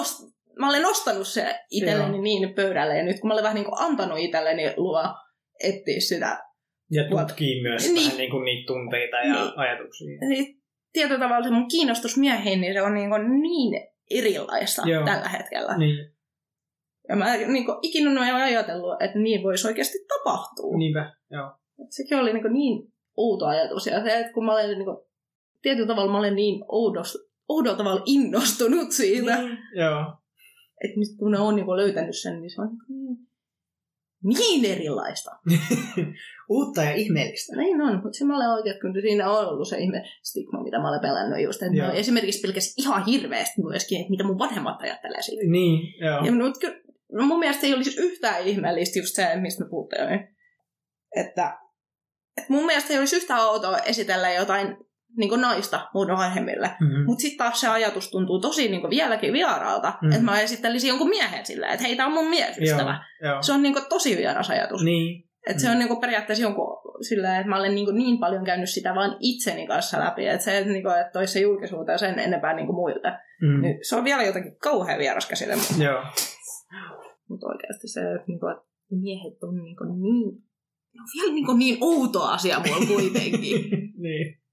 mä olen nostanut se itselleni niin pöydälle, ja nyt kun mä olen vähän niin kuin antanut itselleni luvan etsiä sitä. Ja tutkii myös vähän niin kuin niitä tunteita ja ajatuksia. Niin, tietyllä tavalla se mun kiinnostus miehiin, niin se on niin erilaista tällä hetkellä. Niin. Ja mä niin kuin, ikinä en ole ajatellut, että niin voisi oikeasti tapahtua. Niinpä, joo. Sekin oli niin outo ajatus. Ja se, että kun mä olen niin kuin, tietyllä tavalla mä olen niin oudolla tavalla innostunut siitä. Joo. Että nyt kun olen niin kuin löytänyt sen, niin se on niin erilaista. Uutta ja ihmeellistä. Näin on, mutta se mä olen oikein, kun siinä on ollut se ihme stigma, mitä mä olen pelännyt just. Että mä esimerkiksi pelkästään ihan hirveästi myöskin, että mitä mun vanhemmat ajattelee siitä. Niin, joo. Ja mun mielestä ei olisi yhtään ihmeellistä just se, mistä me puhutaan. Että mun mielestä ei olisi yhtään outoa esitellä jotain niin kuin naista mun vanhemmille. Mm-hmm. Mutta sitten taas se ajatus tuntuu tosi niin kuin vieläkin vieraalta, että mä esittelisin jonkun miehen silleen, että hei, tää on mun miesystävä. Se on niin kuin tosi vieras ajatus. Niin. Että se on niin kuin periaatteessa jonkun silleen, että mä olen niin paljon käynyt sitä vaan itseni kanssa läpi, että se, niin kuin, että toisi se julkisuuteen sen enempää niin kuin muilta. Niin se on vielä jotenkin kauhean vieras käsite. Joo. Mutta oikeasti se, että miehet on vielä niin outo asia mulla kuitenkin. Niin.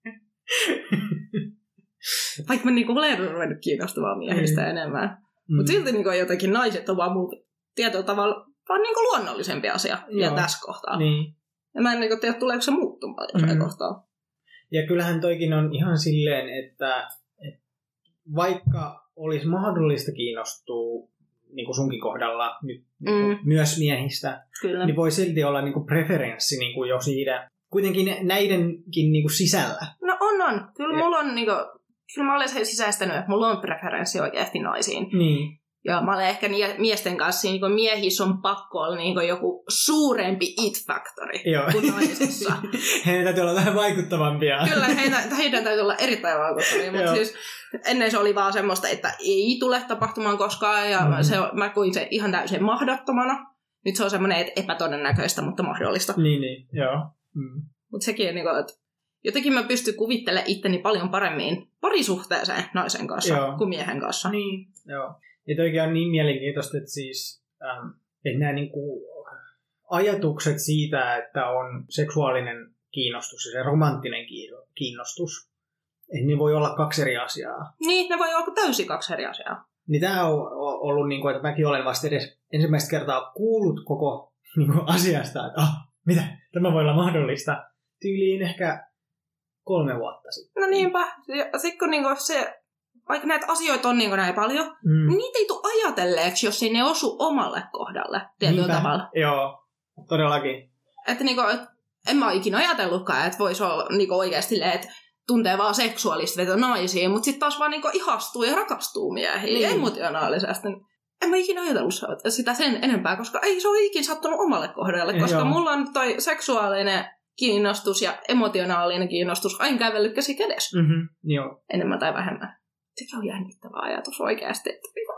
Vaikka mä olen ruvennut kiinnostumaan miehistä enemmän. Mutta silti jotenkin naiset on vaan mulla tietyllä tavalla vaan luonnollisempi asia vielä tässä kohtaa. Niin. Ja mä en tiedä, tuleeko se muuttumaan jossain kohtaa. Ja kyllähän toikin on ihan silleen, että vaikka olisi mahdollista kiinnostua niin kuin sunkin kohdalla nyt myös miehistä, kyllä, niin voi silti olla niin kuin preferenssi niin kuin jo siitä, kuitenkin näidenkin niin kuin sisällä. No on. Kyllä mulla on, kyllä mä olen sisäistänyt, että mulla on preferenssi oikeasti naisiin. Niin. Ja mä olen ehkä miesten kanssa, niin miehissä on pakko olla niin joku suurempi it-faktori kuin naisissa. Heidän täytyy olla vähän vaikuttavampia. Kyllä, heidän täytyy olla erittäin vaikuttavia. Mutta siis ennen se oli vaan semmoista, että ei tule tapahtumaan koskaan. Ja mä koin se ihan täysin mahdottomana. Nyt se on semmoinen, että epätodennäköistä, mutta mahdollista. Niin, joo. Mutta sekin, että jotenkin mä pystyn kuvittelemaan itteni paljon paremmin parisuhteeseen naisen kanssa kuin miehen kanssa. Niin, joo. Ja toikin on niin mielenkiintoista, että siis että nämä niinku ajatukset siitä, että on seksuaalinen kiinnostus ja se romanttinen kiinnostus, että ne voi olla kaksi eri asiaa. Niin, ne voi olla täysin kaksi eri asiaa. Niin tämä on ollut, niin kuin, että mäkin olen vasta edes ensimmäistä kertaa kuullut koko niin kuin, asiasta, että mitä, tämä voi olla mahdollista tyyliin ehkä 3 vuotta sitten. No niinpä. Sitten kun niinku se, vaikka näitä asioita on niinku näin paljon, niin niitä ei tule ajatelleeksi, jos ei ne osu omalle kohdalle tietyllä tavalla. Joo, todellakin. Että niinku, en mä ole ikinä ajatellutkaan, että voisi olla niinku oikeasti että tuntee vaan seksuaalista veto naisiin, mutta sitten taas vaan niinku ihastuu ja rakastuu miehiin emotionaalisesti. En mä ikinä ajatellut sitä sen enempää, koska ei se ole ikinä sattunut omalle kohdalle, koska mulla on toi seksuaalinen kiinnostus ja emotionaalinen kiinnostus aina kävellyt käsi kädessä. Joo. Enemmän tai vähemmän. Sekin on jännittävä ajatus oikeasti.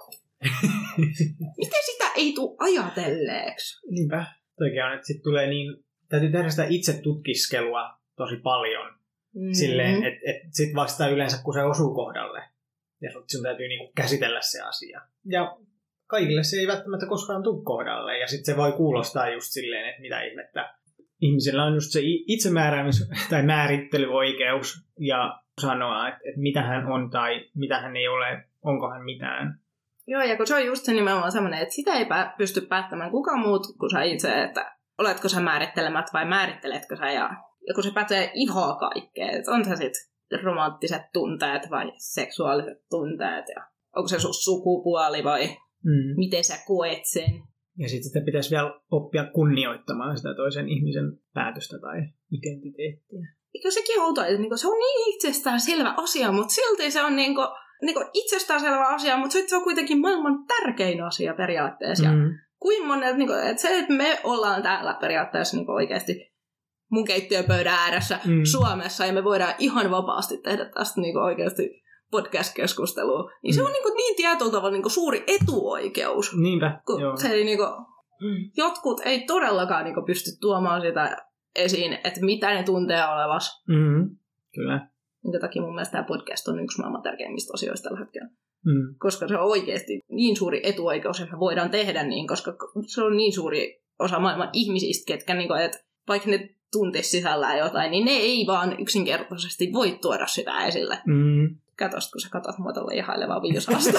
Miten sitä ei tule ajatelleeksi? Niinpä. Toikin on, että sitten tulee niin, täytyy tehdä sitä itse tutkiskelua tosi paljon. Silleen, että sitten vasta yleensä, kun se osuu kohdalle. Ja sun täytyy niinku käsitellä se asia. Ja kaikille se ei välttämättä koskaan tule kohdalle. Ja sitten se voi kuulostaa just silleen, että mitä ihmettä. Ihmisellä on just se itsemääräämis- tai määrittelyoikeus ja sanoa, että mitä hän on tai mitä hän ei ole, onko hän mitään. Joo, ja kun se on just se nimenomaan semmoinen, että sitä ei pysty päättämään kukaan muut kuin sä itse, että oletko sä määrittelemät vai määritteletkö sä. Ja kun se pätee ihan kaikkeen, että on se sitten romanttiset tunteet vai seksuaaliset tunteet ja onko se sun sukupuoli vai miten sä koet sen. Ja sitten sitä pitäisi vielä oppia kunnioittamaan sitä toisen ihmisen päätöstä tai identiteettiä. Eikö sekin outoa, että se on niin itsestäänselvä asia, mutta silti se on itsestäänselvä asia, mutta se on kuitenkin maailman tärkein asia periaatteessa. Ja kuin monet, että se, että me ollaan täällä periaatteessa oikeasti mun keittiöpöydän ääressä Suomessa ja me voidaan ihan vapaasti tehdä tästä oikeasti podcast-keskustelua, niin se on niin tietyllä tavalla suuri etuoikeus. Niinpä, se ei, jotkut ei todellakaan pysty tuomaan sitä esiin, että mitä ne tuntee olevas. Kyllä. minkä takia mun mielestä tämä podcast on yksi maailman tärkeimmistä asioista tällä hetkellä. Koska se on oikeasti niin suuri etuoikeus, että me voidaan tehdä niin, koska se on niin suuri osa maailman ihmisistä, ketkä, niin kuin, että vaikka ne tunteisi sisällään jotain, niin ne ei vaan yksinkertaisesti voi tuoda sitä esille. Katos, kun sä katot mua tuolla ihailevaa viisasta.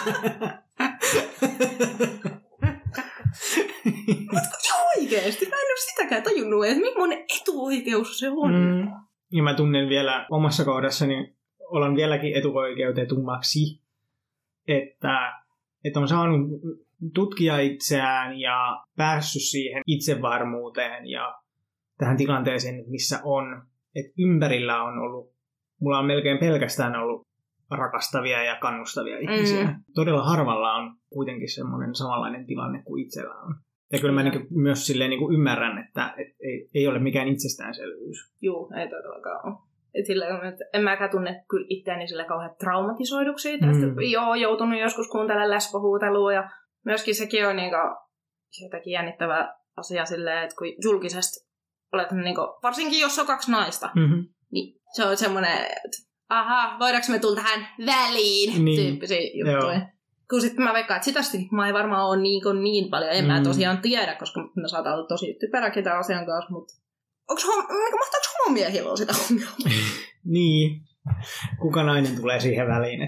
Oikeesti, mä en ole sitäkään tajunnut, että millainen etuoikeus se on. Ja mä tunnen vielä omassa kohdassani, olen vieläkin etuoikeutetummaksi, että on saanut tutkia itseään ja päässyt siihen itsevarmuuteen ja tähän tilanteeseen, missä on, että ympärillä on ollut, mulla on melkein pelkästään ollut rakastavia ja kannustavia ihmisiä. Todella harvalla on kuitenkin semmoinen samanlainen tilanne kuin itsellä on. Ja kyllä mä myös silleen ymmärrän, että ei ole mikään itsestäänselvyys. Joo, ei todellakaan ole. En mäkään tunne kyllä itseäni sille kauhean traumatisoiduksi. Tästä joutunut joskus kuuntelemaan lesbohuutelua ja myöskin sekin on jotakin jännittävä asia silleen, että kun julkisesti olet, varsinkin jos on 2 naista, niin se on semmoinen, että voidaanko me tulla tähän väliin tyyppisiä juttuja. Joo. Kun sitten mä veikkaan, että sitä mä ei varmaan ole niin paljon, en mä tosiaan tiedä, koska mä saatan olla tosi typeräkin tämän asian kanssa, mutta mahtaako homomiehillä olla sitä ongelmaa? Niin. Kuka nainen tulee siihen väliin?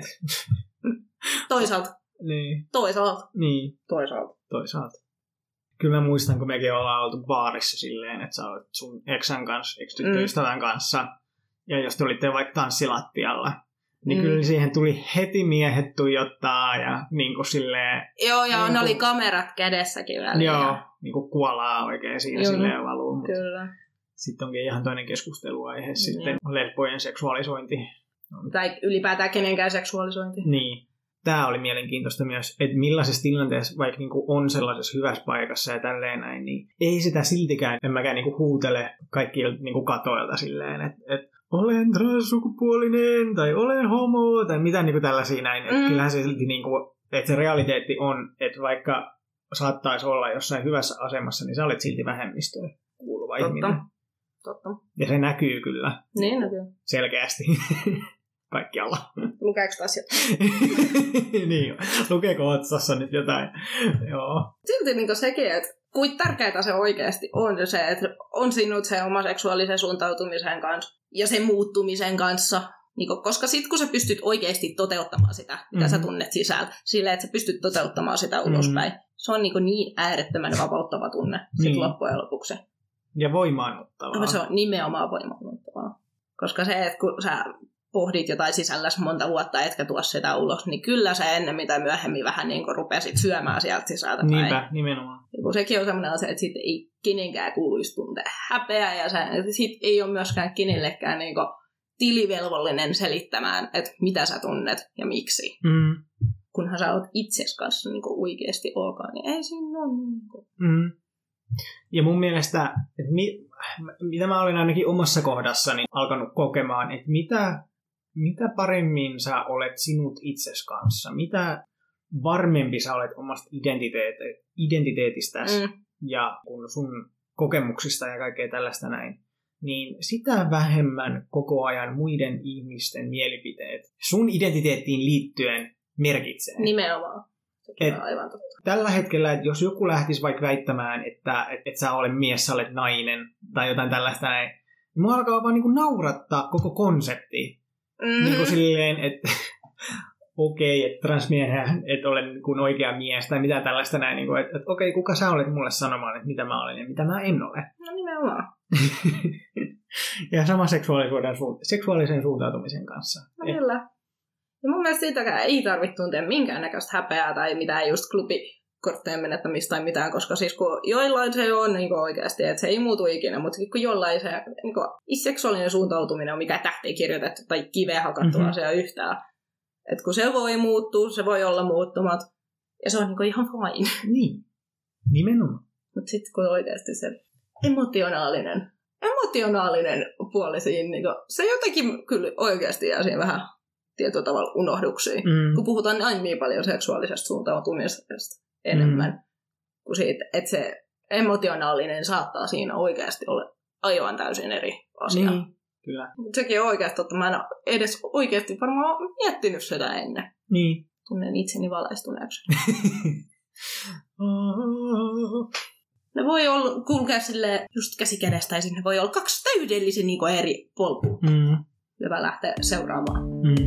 Toisaalta. Niin. Toisaalta. Niin. Toisaalta. Kyllä mä muistan, kun mekin ollaan oltu baarissa silleen, että sä olet sun eksän kanssa, ex-tyttöystävän kanssa, ja jos te olitte vaikka tanssilattialla, niin kyllä siihen tuli heti miehet tuijottaa ja niin kuin silleen... Joo, ja ne oli kamerat kädessäkin välillä. Joo, niin kuin kuolaa oikein siinä silleen valuu. Kyllä. Sitten onkin ihan toinen keskusteluaihe sitten lesbojen seksuaalisointi. Tai ylipäätään kenenkään seksuaalisointi. Niin. Tämä oli mielenkiintoista myös, että millaisessa tilanteessa, vaikka niinku on sellaisessa hyvässä paikassa ja tälleen näin, niin ei sitä siltikään, en mäkään niinku huutele kaikilta niinku katoilta silleen, että olen transsukupuolinen tai olen homo tai mitään niinku tällaisia näin. Että kyllähän se silti, niinku, että se realiteetti on, että vaikka saattaisi olla jossain hyvässä asemassa, niin sä olet silti vähemmistöön kuuluva ihminen. Totta. Ja se näkyy kyllä. Niin näkyy. Selkeästi. Kaikkialla. Lukeeko taas jotain? Niin, lukeeko otsassa nyt jotain? Joo. Silti niin sekin, että kuinka tärkeää se oikeasti on se, että on sinut se oma seksuaalisen suuntautumisen kanssa ja sen muuttumisen kanssa. Niin, koska sitten kun sä pystyt oikeasti toteuttamaan sitä, mitä sä tunnet sisällä, silleen, että sä pystyt toteuttamaan sitä ulospäin, se on niin äärettömän vapauttava tunne sit loppujen lopuksi. Ja voimaannuttavaa. Se on nimenomaan voimaannuttavaa. Koska se, että kun sä pohdit jotain sisälläsi monta vuotta, etkä tuo sitä ulos, niin kyllä sä ennen mitä myöhemmin vähän niin kuin rupesit syömään sieltä sisältä päin. Niinpä, nimenomaan. Ja kun sekin on sellainen asia, että sitten ei kenenkään kuuluisi tuntea häpeää, ja sitten ei ole myöskään kenellekään niin kuin tilivelvollinen selittämään, että mitä sä tunnet ja miksi. Kunhan sä oot itses kanssa niin kuin oikeasti ok, niin ei siinä ole. Niin kuin. Ja mun mielestä, että mitä mä olen ainakin omassa kohdassani alkanut kokemaan, että mitä paremmin sä olet sinut itses kanssa, mitä varmempi sä olet omasta identiteetistäsi ja kun sun kokemuksista ja kaikkea tällaista näin, niin sitä vähemmän koko ajan muiden ihmisten mielipiteet sun identiteettiin liittyen merkitsee. Nimenomaan. Sekin on aivan totta. Tällä hetkellä, että jos joku lähtisi vaikka väittämään, että sä olet mies, sä olet nainen tai jotain tällaista näin, niin mua alkaa vaan niinku naurattaa koko konsepti. Niinku silleen, että okei, että transmiehenä et ole kuin oikea mies tai mitä tällaista näin, niinku, että okei, kuka sä olet mulle sanomaan, että mitä mä olen ja mitä mä en ole. No nimenomaan. Ja sama seksuaalisen suuntautumisen kanssa. No kyllä. Ja mun mielestä siitäkään ei tarvitse tuntea minkäännäköistä häpeää tai mitään just klubikorttien menettämistä tai mitään, koska siis kun joillain se on niin oikeasti, että se ei muutu ikinä, mutta kun jollain se niin seksuaalinen suuntautuminen on mikä tähtiin kirjoitettu tai kiveen hakattu asia yhtään. Että kun se voi muuttua, se voi olla muuttumat ja se on niin ihan fine. Niin, nimenomaan. Mutta sitten kun oikeasti se emotionaalinen puoli siinä, niin se jotenkin kyllä oikeasti jää siinä vähän tietyllä tavalla unohduksiin, kun puhutaan aina niin paljon seksuaalisesta suuntautumisesta enemmän kuin siitä, että se emotionaalinen saattaa siinä oikeasti olla aivan täysin eri asia. Niin. Kyllä. Mutta sekin on oikeasti totta. Mä en ole edes oikeasti varmaan miettinyt sitä ennen. Niin. Tunnen itseni valaistuneeksi. Ne voi olla, kulkea silleen just käsikädestä, ja ne voi olla 2 täydellisen niin eri polkua. Hyvä lähteä seuraamaan.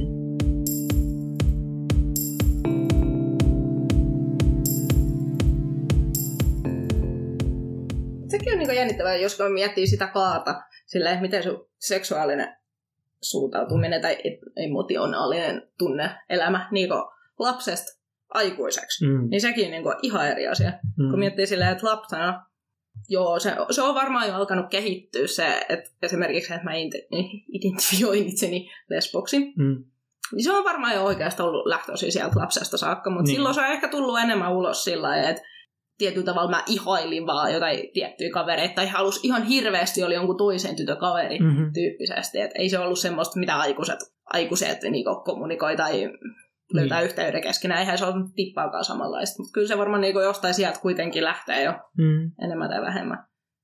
Sekin on niin jännittävää, jos miettii sitä kaarta, silleen, miten sun seksuaalinen suuntautuminen tai emotionaalinen tunne-elämä niin lapsesta aikuiseksi, niin sekin on ihan eri asia. Kun miettii silleen, että lapsena, joo, se on varmaan jo alkanut kehittyä se, että esimerkiksi, että mä identifioin itseni lesboksi, niin se on varmaan jo oikeasti ollut lähtöisin sieltä lapsesta saakka, mutta silloin se on ehkä tullut enemmän ulos sillä lailla, että tietyllä tavalla mä ihailin vaan jotain tiettyjä kavereita, tai halus ihan hirveästi oli jonkun toisen tytökaveri tyyppisesti, että ei se ollut semmoista, mitä aikuiset niinku kommunikoi tai löytää yhteyden keskenään, eihän se ole tippaakaan samanlaista, mutta kyllä se varmaan niinku jostain sieltä kuitenkin lähtee jo enemmän tai vähemmän.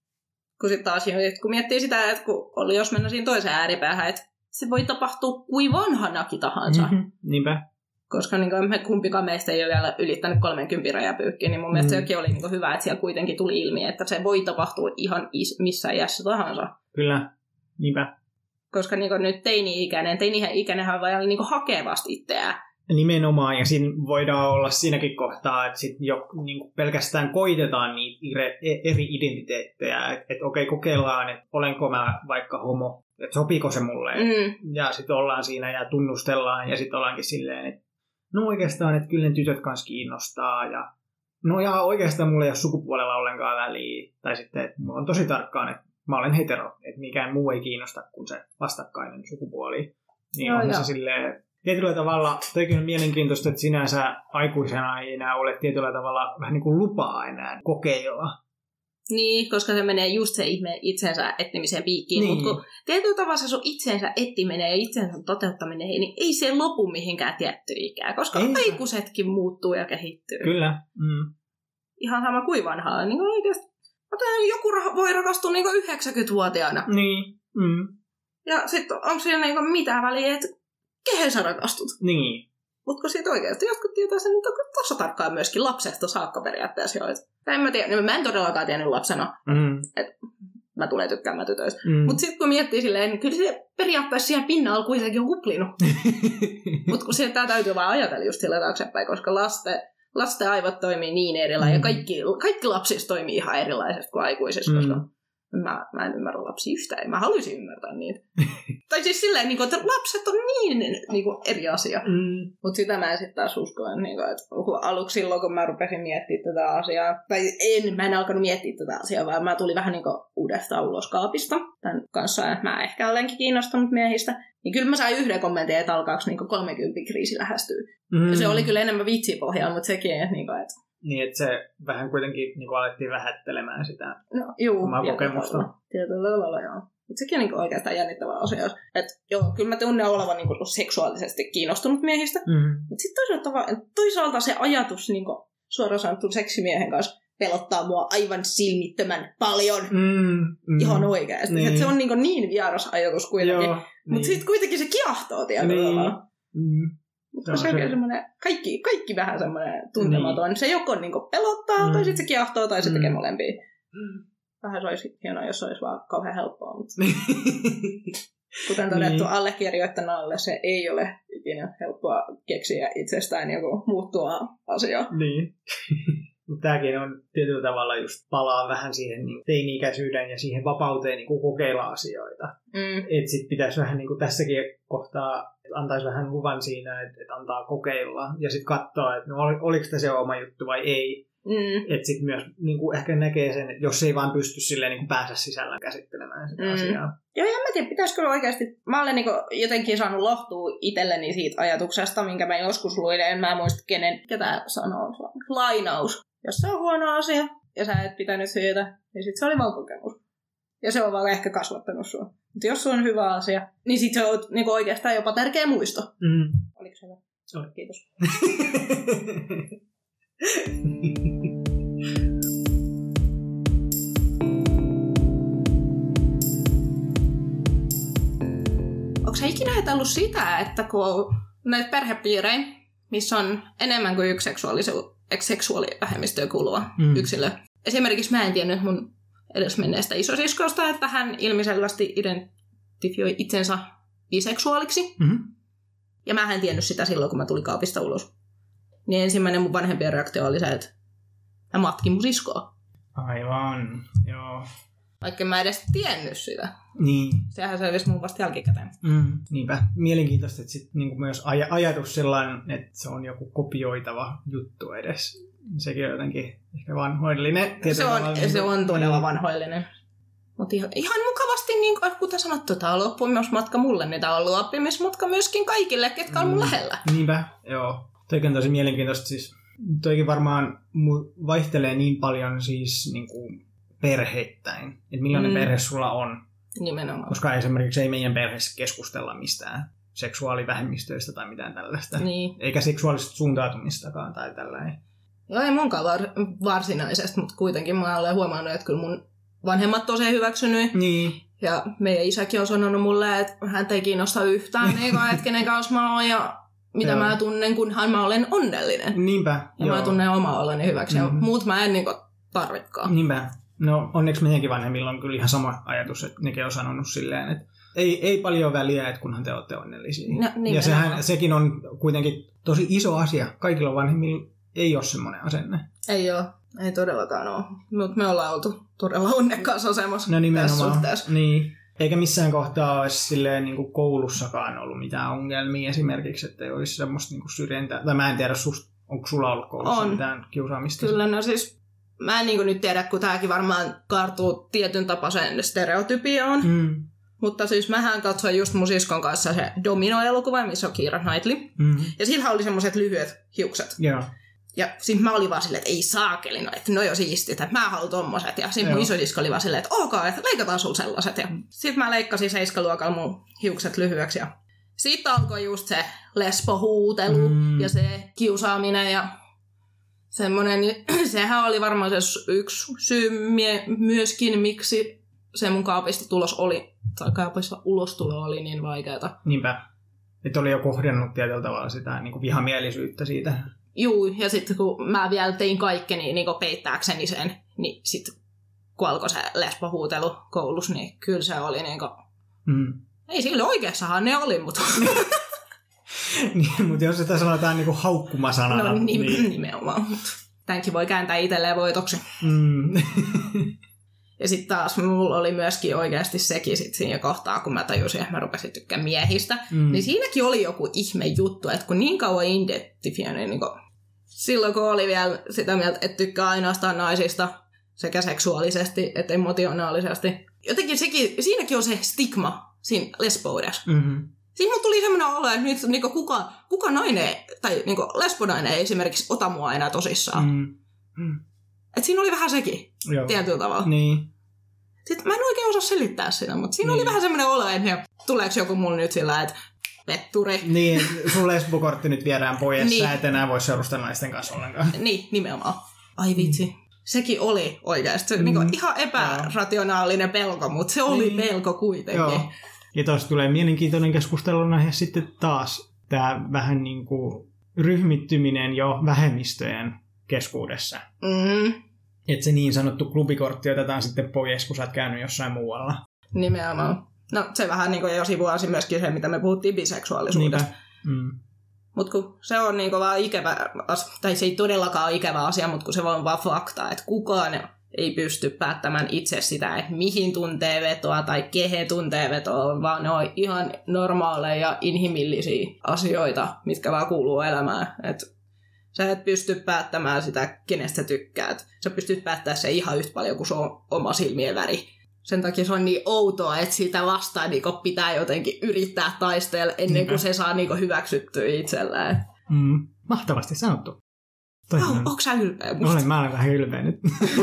Kun sitten taas, kun miettii sitä, että kun jos mennään siinä toiseen ääripäähän, että se voi tapahtua kuin vanhanakin tahansa. Niinpä. Koska niin kumpikaan meistä ei ole vielä ylittänyt 30 rajapyykkiä, niin mun mielestä sekin oli niin hyvä, että siellä kuitenkin tuli ilmi, että se voi tapahtua ihan missä iässä tahansa. Kyllä, niinpä. Koska niin nyt teini-ikäinenhän voi niin hakea vasta itseään. Nimenomaan, ja siinä voidaan olla siinäkin kohtaa, että sit jo niin pelkästään koitetaan niitä eri identiteettejä, että okei, kokeillaan, että olenko mä vaikka homo, että sopiiko se mulle, ja sitten ollaan siinä ja tunnustellaan, ja sitten ollaankin silleen, että no oikeastaan, että kyllä ne tytöt kanssa kiinnostaa, ja oikeastaan mulla ei ole sukupuolella ollenkaan väliä, tai sitten, että mulla on tosi tarkkaan, että mä olen hetero, että mikään muu ei kiinnosta kuin se vastakkainen sukupuoli, niin on se silleen, tietyllä tavalla, toikin on mielenkiintoista, että sinänsä aikuisena ei enää ole tietyllä tavalla vähän niin kuin lupaa enää kokeilla. Niin, koska se menee just se itsensä etsimisen piikkiin, niin. Mutta kun tietyllä tavalla se sun itsensä etsiminen ja itsensä toteuttaminen, niin ei se lopu mihinkään tiettyyn ikään, koska aikuisetkin muuttuu ja kehittyy. Kyllä. Ihan sama kuin vanhaa. Niin oikeasti, joku voi rakastua niin 90-vuotiaana. Niin. Ja sitten onko siellä niin mitään väliä, että kehen sä rakastut? Niin. Mutta kun siitä oikeasti jotkut tietää sen, että tuossa tarkkaan myöskin lapsesta saakka periaatteessa jo. Mä en todellakaan tiennyt lapsena, että mä tulen tykkäämään tytöistä. Mutta sitten kun miettii silleen, niin kyllä se periaatteessa siellä pinnalla kuitenkin on kuplinut. Mutta kun tää täytyy vaan ajatella just sillä taaksepäin, koska lasten aivot toimii niin erilaisia. Kaikki lapsista toimii ihan erilaisesti kuin aikuisissa, koska mä en ymmärrä lapsia yhtään. Mä haluaisin ymmärtää niitä. Tai siis silleen, että lapset on niin eri asia. Mutta sitä mä en sitten taas usko, että aluksi silloin, kun mä rupesin miettimään tätä asiaa, tai mä en alkanut miettiä tätä asiaa, vaan mä tulin vähän uudestaan ulos kaapista tämän kanssa, että mä ehkä olenkin kiinnostunut miehistä. Niin kyllä mä sain yhden kommentin, että alkaako 30-kriisi lähestyy. Ja se oli kyllä enemmän vitsipohjaa, mutta sekin, että niin, että se vähän kuitenkin niin alettiin vähättelemään sitä omaa kokemusta. Tietyllä tavalla, joo. Mutta sekin on oikeastaan jännittävä asia. Että joo, kyllä mä tunnen olevan seksuaalisesti kiinnostunut miehistä. Mutta sitten toisaalta se ajatus suoraan sanottuna seksimiehen kanssa pelottaa mua aivan silmittömän paljon. Ihan oikeasti. Niin. Että se on niin vieras ajatus kuitenkin. Mutta sitten kuitenkin se kiehtoo tietyllä tavalla. Mutta se on semmoinen, kaikki vähän semmoinen tuntematon. Niin. Se joko pelottaa, tai sitten se kiehtoo, tai se tekee molempia. Vähän se olisi hienoa, jos se olisi vaan kauhean helppoa. Mutta kuten todettu, allekirjoittanalle se ei ole ikinä helppoa keksiä itsestään joku muuttua asiaa. Niin. Tämäkin on tietyllä tavalla just palaa vähän siihen teini-ikäisyyden ja siihen vapauteen kokeilla asioita. Että sitten pitäisi vähän tässäkin kohtaa, antaisi vähän luvan siinä, että antaa kokeilla ja sitten katsoa, että oliko tämä se oma juttu vai ei. Että sitten myös ehkä näkee sen, että jos ei vaan pysty silleen päänsä sisällä käsittelemään sitä asiaa. Joo, ja mä tiedän, pitäisikö oikeasti, mä olen jotenkin saanut lohtua itselleni siitä ajatuksesta, minkä mä joskus luin, en mä muista ketä sanoo, lainaus. Jos se on huono asia ja sä et pitänyt siitä, niin sit se oli vaan kokemus. Ja se on vaan ehkä kasvattanut sua. Mutta jos se on hyvä asia, niin sit se on oikeastaan jopa tärkeä muisto. Oliko se hyvä? Oli. Kiitos. sä ikinä ajatellut sitä, että kun näitä perhepiirejä, missä on enemmän kuin yksi seksuaalivähemmistöön kuuluva yksilö. Esimerkiksi mä en tiennyt mun edesmenneestä isosiskosta, että hän ilmiselvästi identifioi itsensä biseksuaaliksi. Ja mä en tiennyt sitä silloin, kun mä tulin kaapista ulos. Niin ensimmäinen mun vanhempien reaktio oli se, että mä matkin mun siskoa. Aivan, joo. Vaikka mä edes tiennyt sitä. Niin. Sehän selvisi mun vasta jälkikäteen. Niinpä. Mielenkiintoista, että sit niinku myös ajatus sellainen, että se on joku kopioitava juttu edes. Sekin on jotenkin ehkä vanhoillinen. Se on todella vanhoillinen. Mutta ihan mukavasti, niin kuten sanottu, tämä on ollut oppimismatka mulle, niin tämä on ollut oppimismatka myöskin kaikille, ketkä on mun lähellä. Niinpä, joo. Toikin on tosi mielenkiintoista. Siis, toikin varmaan vaihtelee niin paljon siis niinku perheittäin, että millainen perhe sulla on. Nimenomaan. Koska esimerkiksi ei meidän perheessä keskustella mistään seksuaalivähemmistöistä tai mitään tällaista. Niin. Eikä seksuaalista suuntautumistakaan tai tällainen. Joo, ei munkaan varsinaisesti, mutta kuitenkin mä olen huomannut, että kyllä mun vanhemmat tosiaan hyväksynyt. Niin. Ja meidän isäkin on sanonut mulle, että hän ei kiinnosta yhtään, että kenen kanssa mä oon ja mitä mä tunnen, kunhan mä olen onnellinen. Niinpä. Ja mä tunnen omaa oloni hyväksi. Ja muut mä en tarvitkaan. Niinpä. No onneksi meidänkin vanhemmilla on kyllä ihan sama ajatus, että nekin on sanonut silleen, että ei paljon väliä, että kunhan te olette onnellisia. No, ja sekin on kuitenkin tosi iso asia. Kaikilla vanhemmilla ei ole semmoinen asenne. Ei ole. Ei todellakaan ole. Mutta me ollaan oltu todella onnekkaassa asemassa tässä suhteessa. Niin. Eikä missään kohtaa olisi silleen, niin kuin koulussakaan ollut mitään ongelmia esimerkiksi, että ei olisi semmoista niin kuin syrjintää. Tai mä en tiedä, onko sulla ollut koulussa mitään kiusaamista? Kyllä, no siis mä en nyt tiedä, kun tämäkin varmaan kartuu tietyn tapaisen stereotypioon. Mutta siis mähän katsoin just mun siskon kanssa se Domino-elokuva, missä on Keira Knightley. Ja sillä oli semmoiset lyhyet hiukset. Joo. Ja sitten mä olin vaan silleen, että ei saakeli, että no jo siistit, että mä haluan tommoset. Ja sitten mun isosisko oli vaan silleen, että ok, että leikataan sulla sellaiset. Ja sitten mä leikkasin 7-luokalla mun hiukset lyhyeksi. Ja sitten alkoi just se lesbohuutelu ja se kiusaaminen ja semmoinen. Sehän oli varmaan se yksi syy myöskin, miksi se mun kaapista kaapista ulostulo oli niin vaikeata. Niinpä. Että oli jo kohdannut tietyllä tavalla sitä niin kuin vihamielisyyttä siitä. Juu, ja sitten kun mä vielä tein kaikkeni niin peittääkseni sen, niin sitten kun alkoi se lesbohuutelu koulussa, niin kyllä se oli niin kuin... Ei sille oikeassahan ne oli, mutta... niin, mutta jos sitä sanotaan niin kuin haukkumasanana... No nimenomaan, mutta tämänkin voi kääntää itselleen voitoksi. Ja sitten taas mulla oli myöskin oikeasti sekin sit siinä kohtaa, kun mä tajusin, että mä rupesin tykkään miehistä. Niin siinäkin oli joku ihme juttu, että kun niin kauan identifioin, niin silloin kun oli vielä sitä mieltä, että tykkää ainoastaan naisista sekä seksuaalisesti että emotionaalisesti. Jotenkin siinäkin on se stigma siinä lesboudessa. Siinä mulla tuli semmoinen olo, että nyt niin kuka nainen tai niin lesbonainen ei esimerkiksi ota mua enää tosissaan. Että siinä oli vähän sekin, tietyllä tavalla. Niin. Sitten mä en oikein osaa selittää sitä, mutta siinä oli vähän semmoinen olo, että tuleeko joku mulle nyt sillä, että petturi. Niin, sun lesbokortti nyt viedään pois, niin. Sä et enää voi seurustella naisten kanssa ollenkaan. Niin, nimenomaan. Ai vitsi. Sekin oli oikeasti niin ihan epärationaalinen pelko, mutta se oli pelko kuitenkin. Joo. Ja tuossa tulee mielenkiintoinen keskustelun aihe sitten taas tämä vähän niin kuin ryhmittyminen jo vähemmistöjen keskuudessa. Että se niin sanottu klubikortti otetaan sitten pois, kun sä oot käynyt jossain muualla. Nimenomaan. No se vähän niin kuin jo sivuasi myöskin se, mitä me puhuttiin biseksuaalisuudesta. Mutta kun se on niin vaan ikävä, tai se ei todellakaan ole ikävä asia, mutta kun se on vaan fakta, että kukaan ei pysty päättämään itse sitä, että mihin tuntee vetoa tai kehen tuntee vetoa, vaan ne on ihan normaaleja ja inhimillisiä asioita, mitkä vaan kuuluu elämään. Että sä et pysty päättämään sitä, kenestä tykkäät. Sä pystyt päättämään se ihan yhtä paljon kuin se on oma silmien väri. Sen takia se on niin outoa, että sitä vastaan niin pitää jotenkin yrittää taistella ennen kuin se saa niin hyväksyttyä itselleen. Mahtavasti sanottu. Onko sä ylpeä musta? Mä olen vähän ylpeä nyt.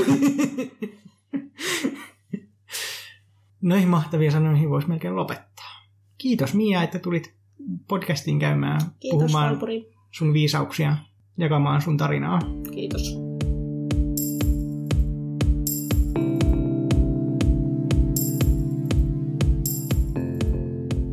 Noihin mahtavia sanoihin voisi melkein lopettaa. Kiitos Mia, että tulit podcastiin käymään. Kiitos, puhumaan Valpuri. Sun viisauksia, jakamaan sun tarinaa. Kiitos.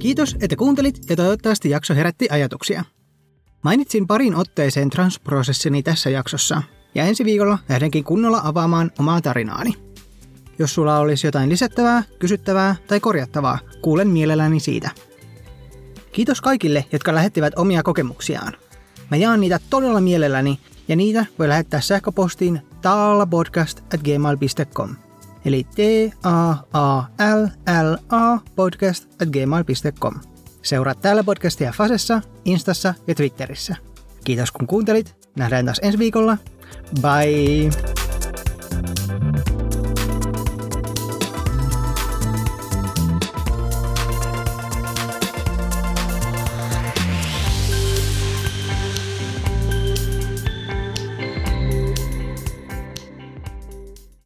Kiitos, että kuuntelit ja toivottavasti jakso herätti ajatuksia. Mainitsin parin otteeseen transprosessini tässä jaksossa, ja ensi viikolla lähdenkin kunnolla avaamaan omaa tarinaani. Jos sulla olisi jotain lisättävää, kysyttävää tai korjattavaa, kuulen mielelläni siitä. Kiitos kaikille, jotka lähettivät omia kokemuksiaan. Mä jaan niitä todella mielelläni, ja niitä voi lähettää sähköpostiin taalapodcast@gmail.com. Eli taallapodcast@gmail.com. Seuraa Täällä podcastia Fasessa, Instassa ja Twitterissä. Kiitos kun kuuntelit. Nähdään taas ensi viikolla. Bye!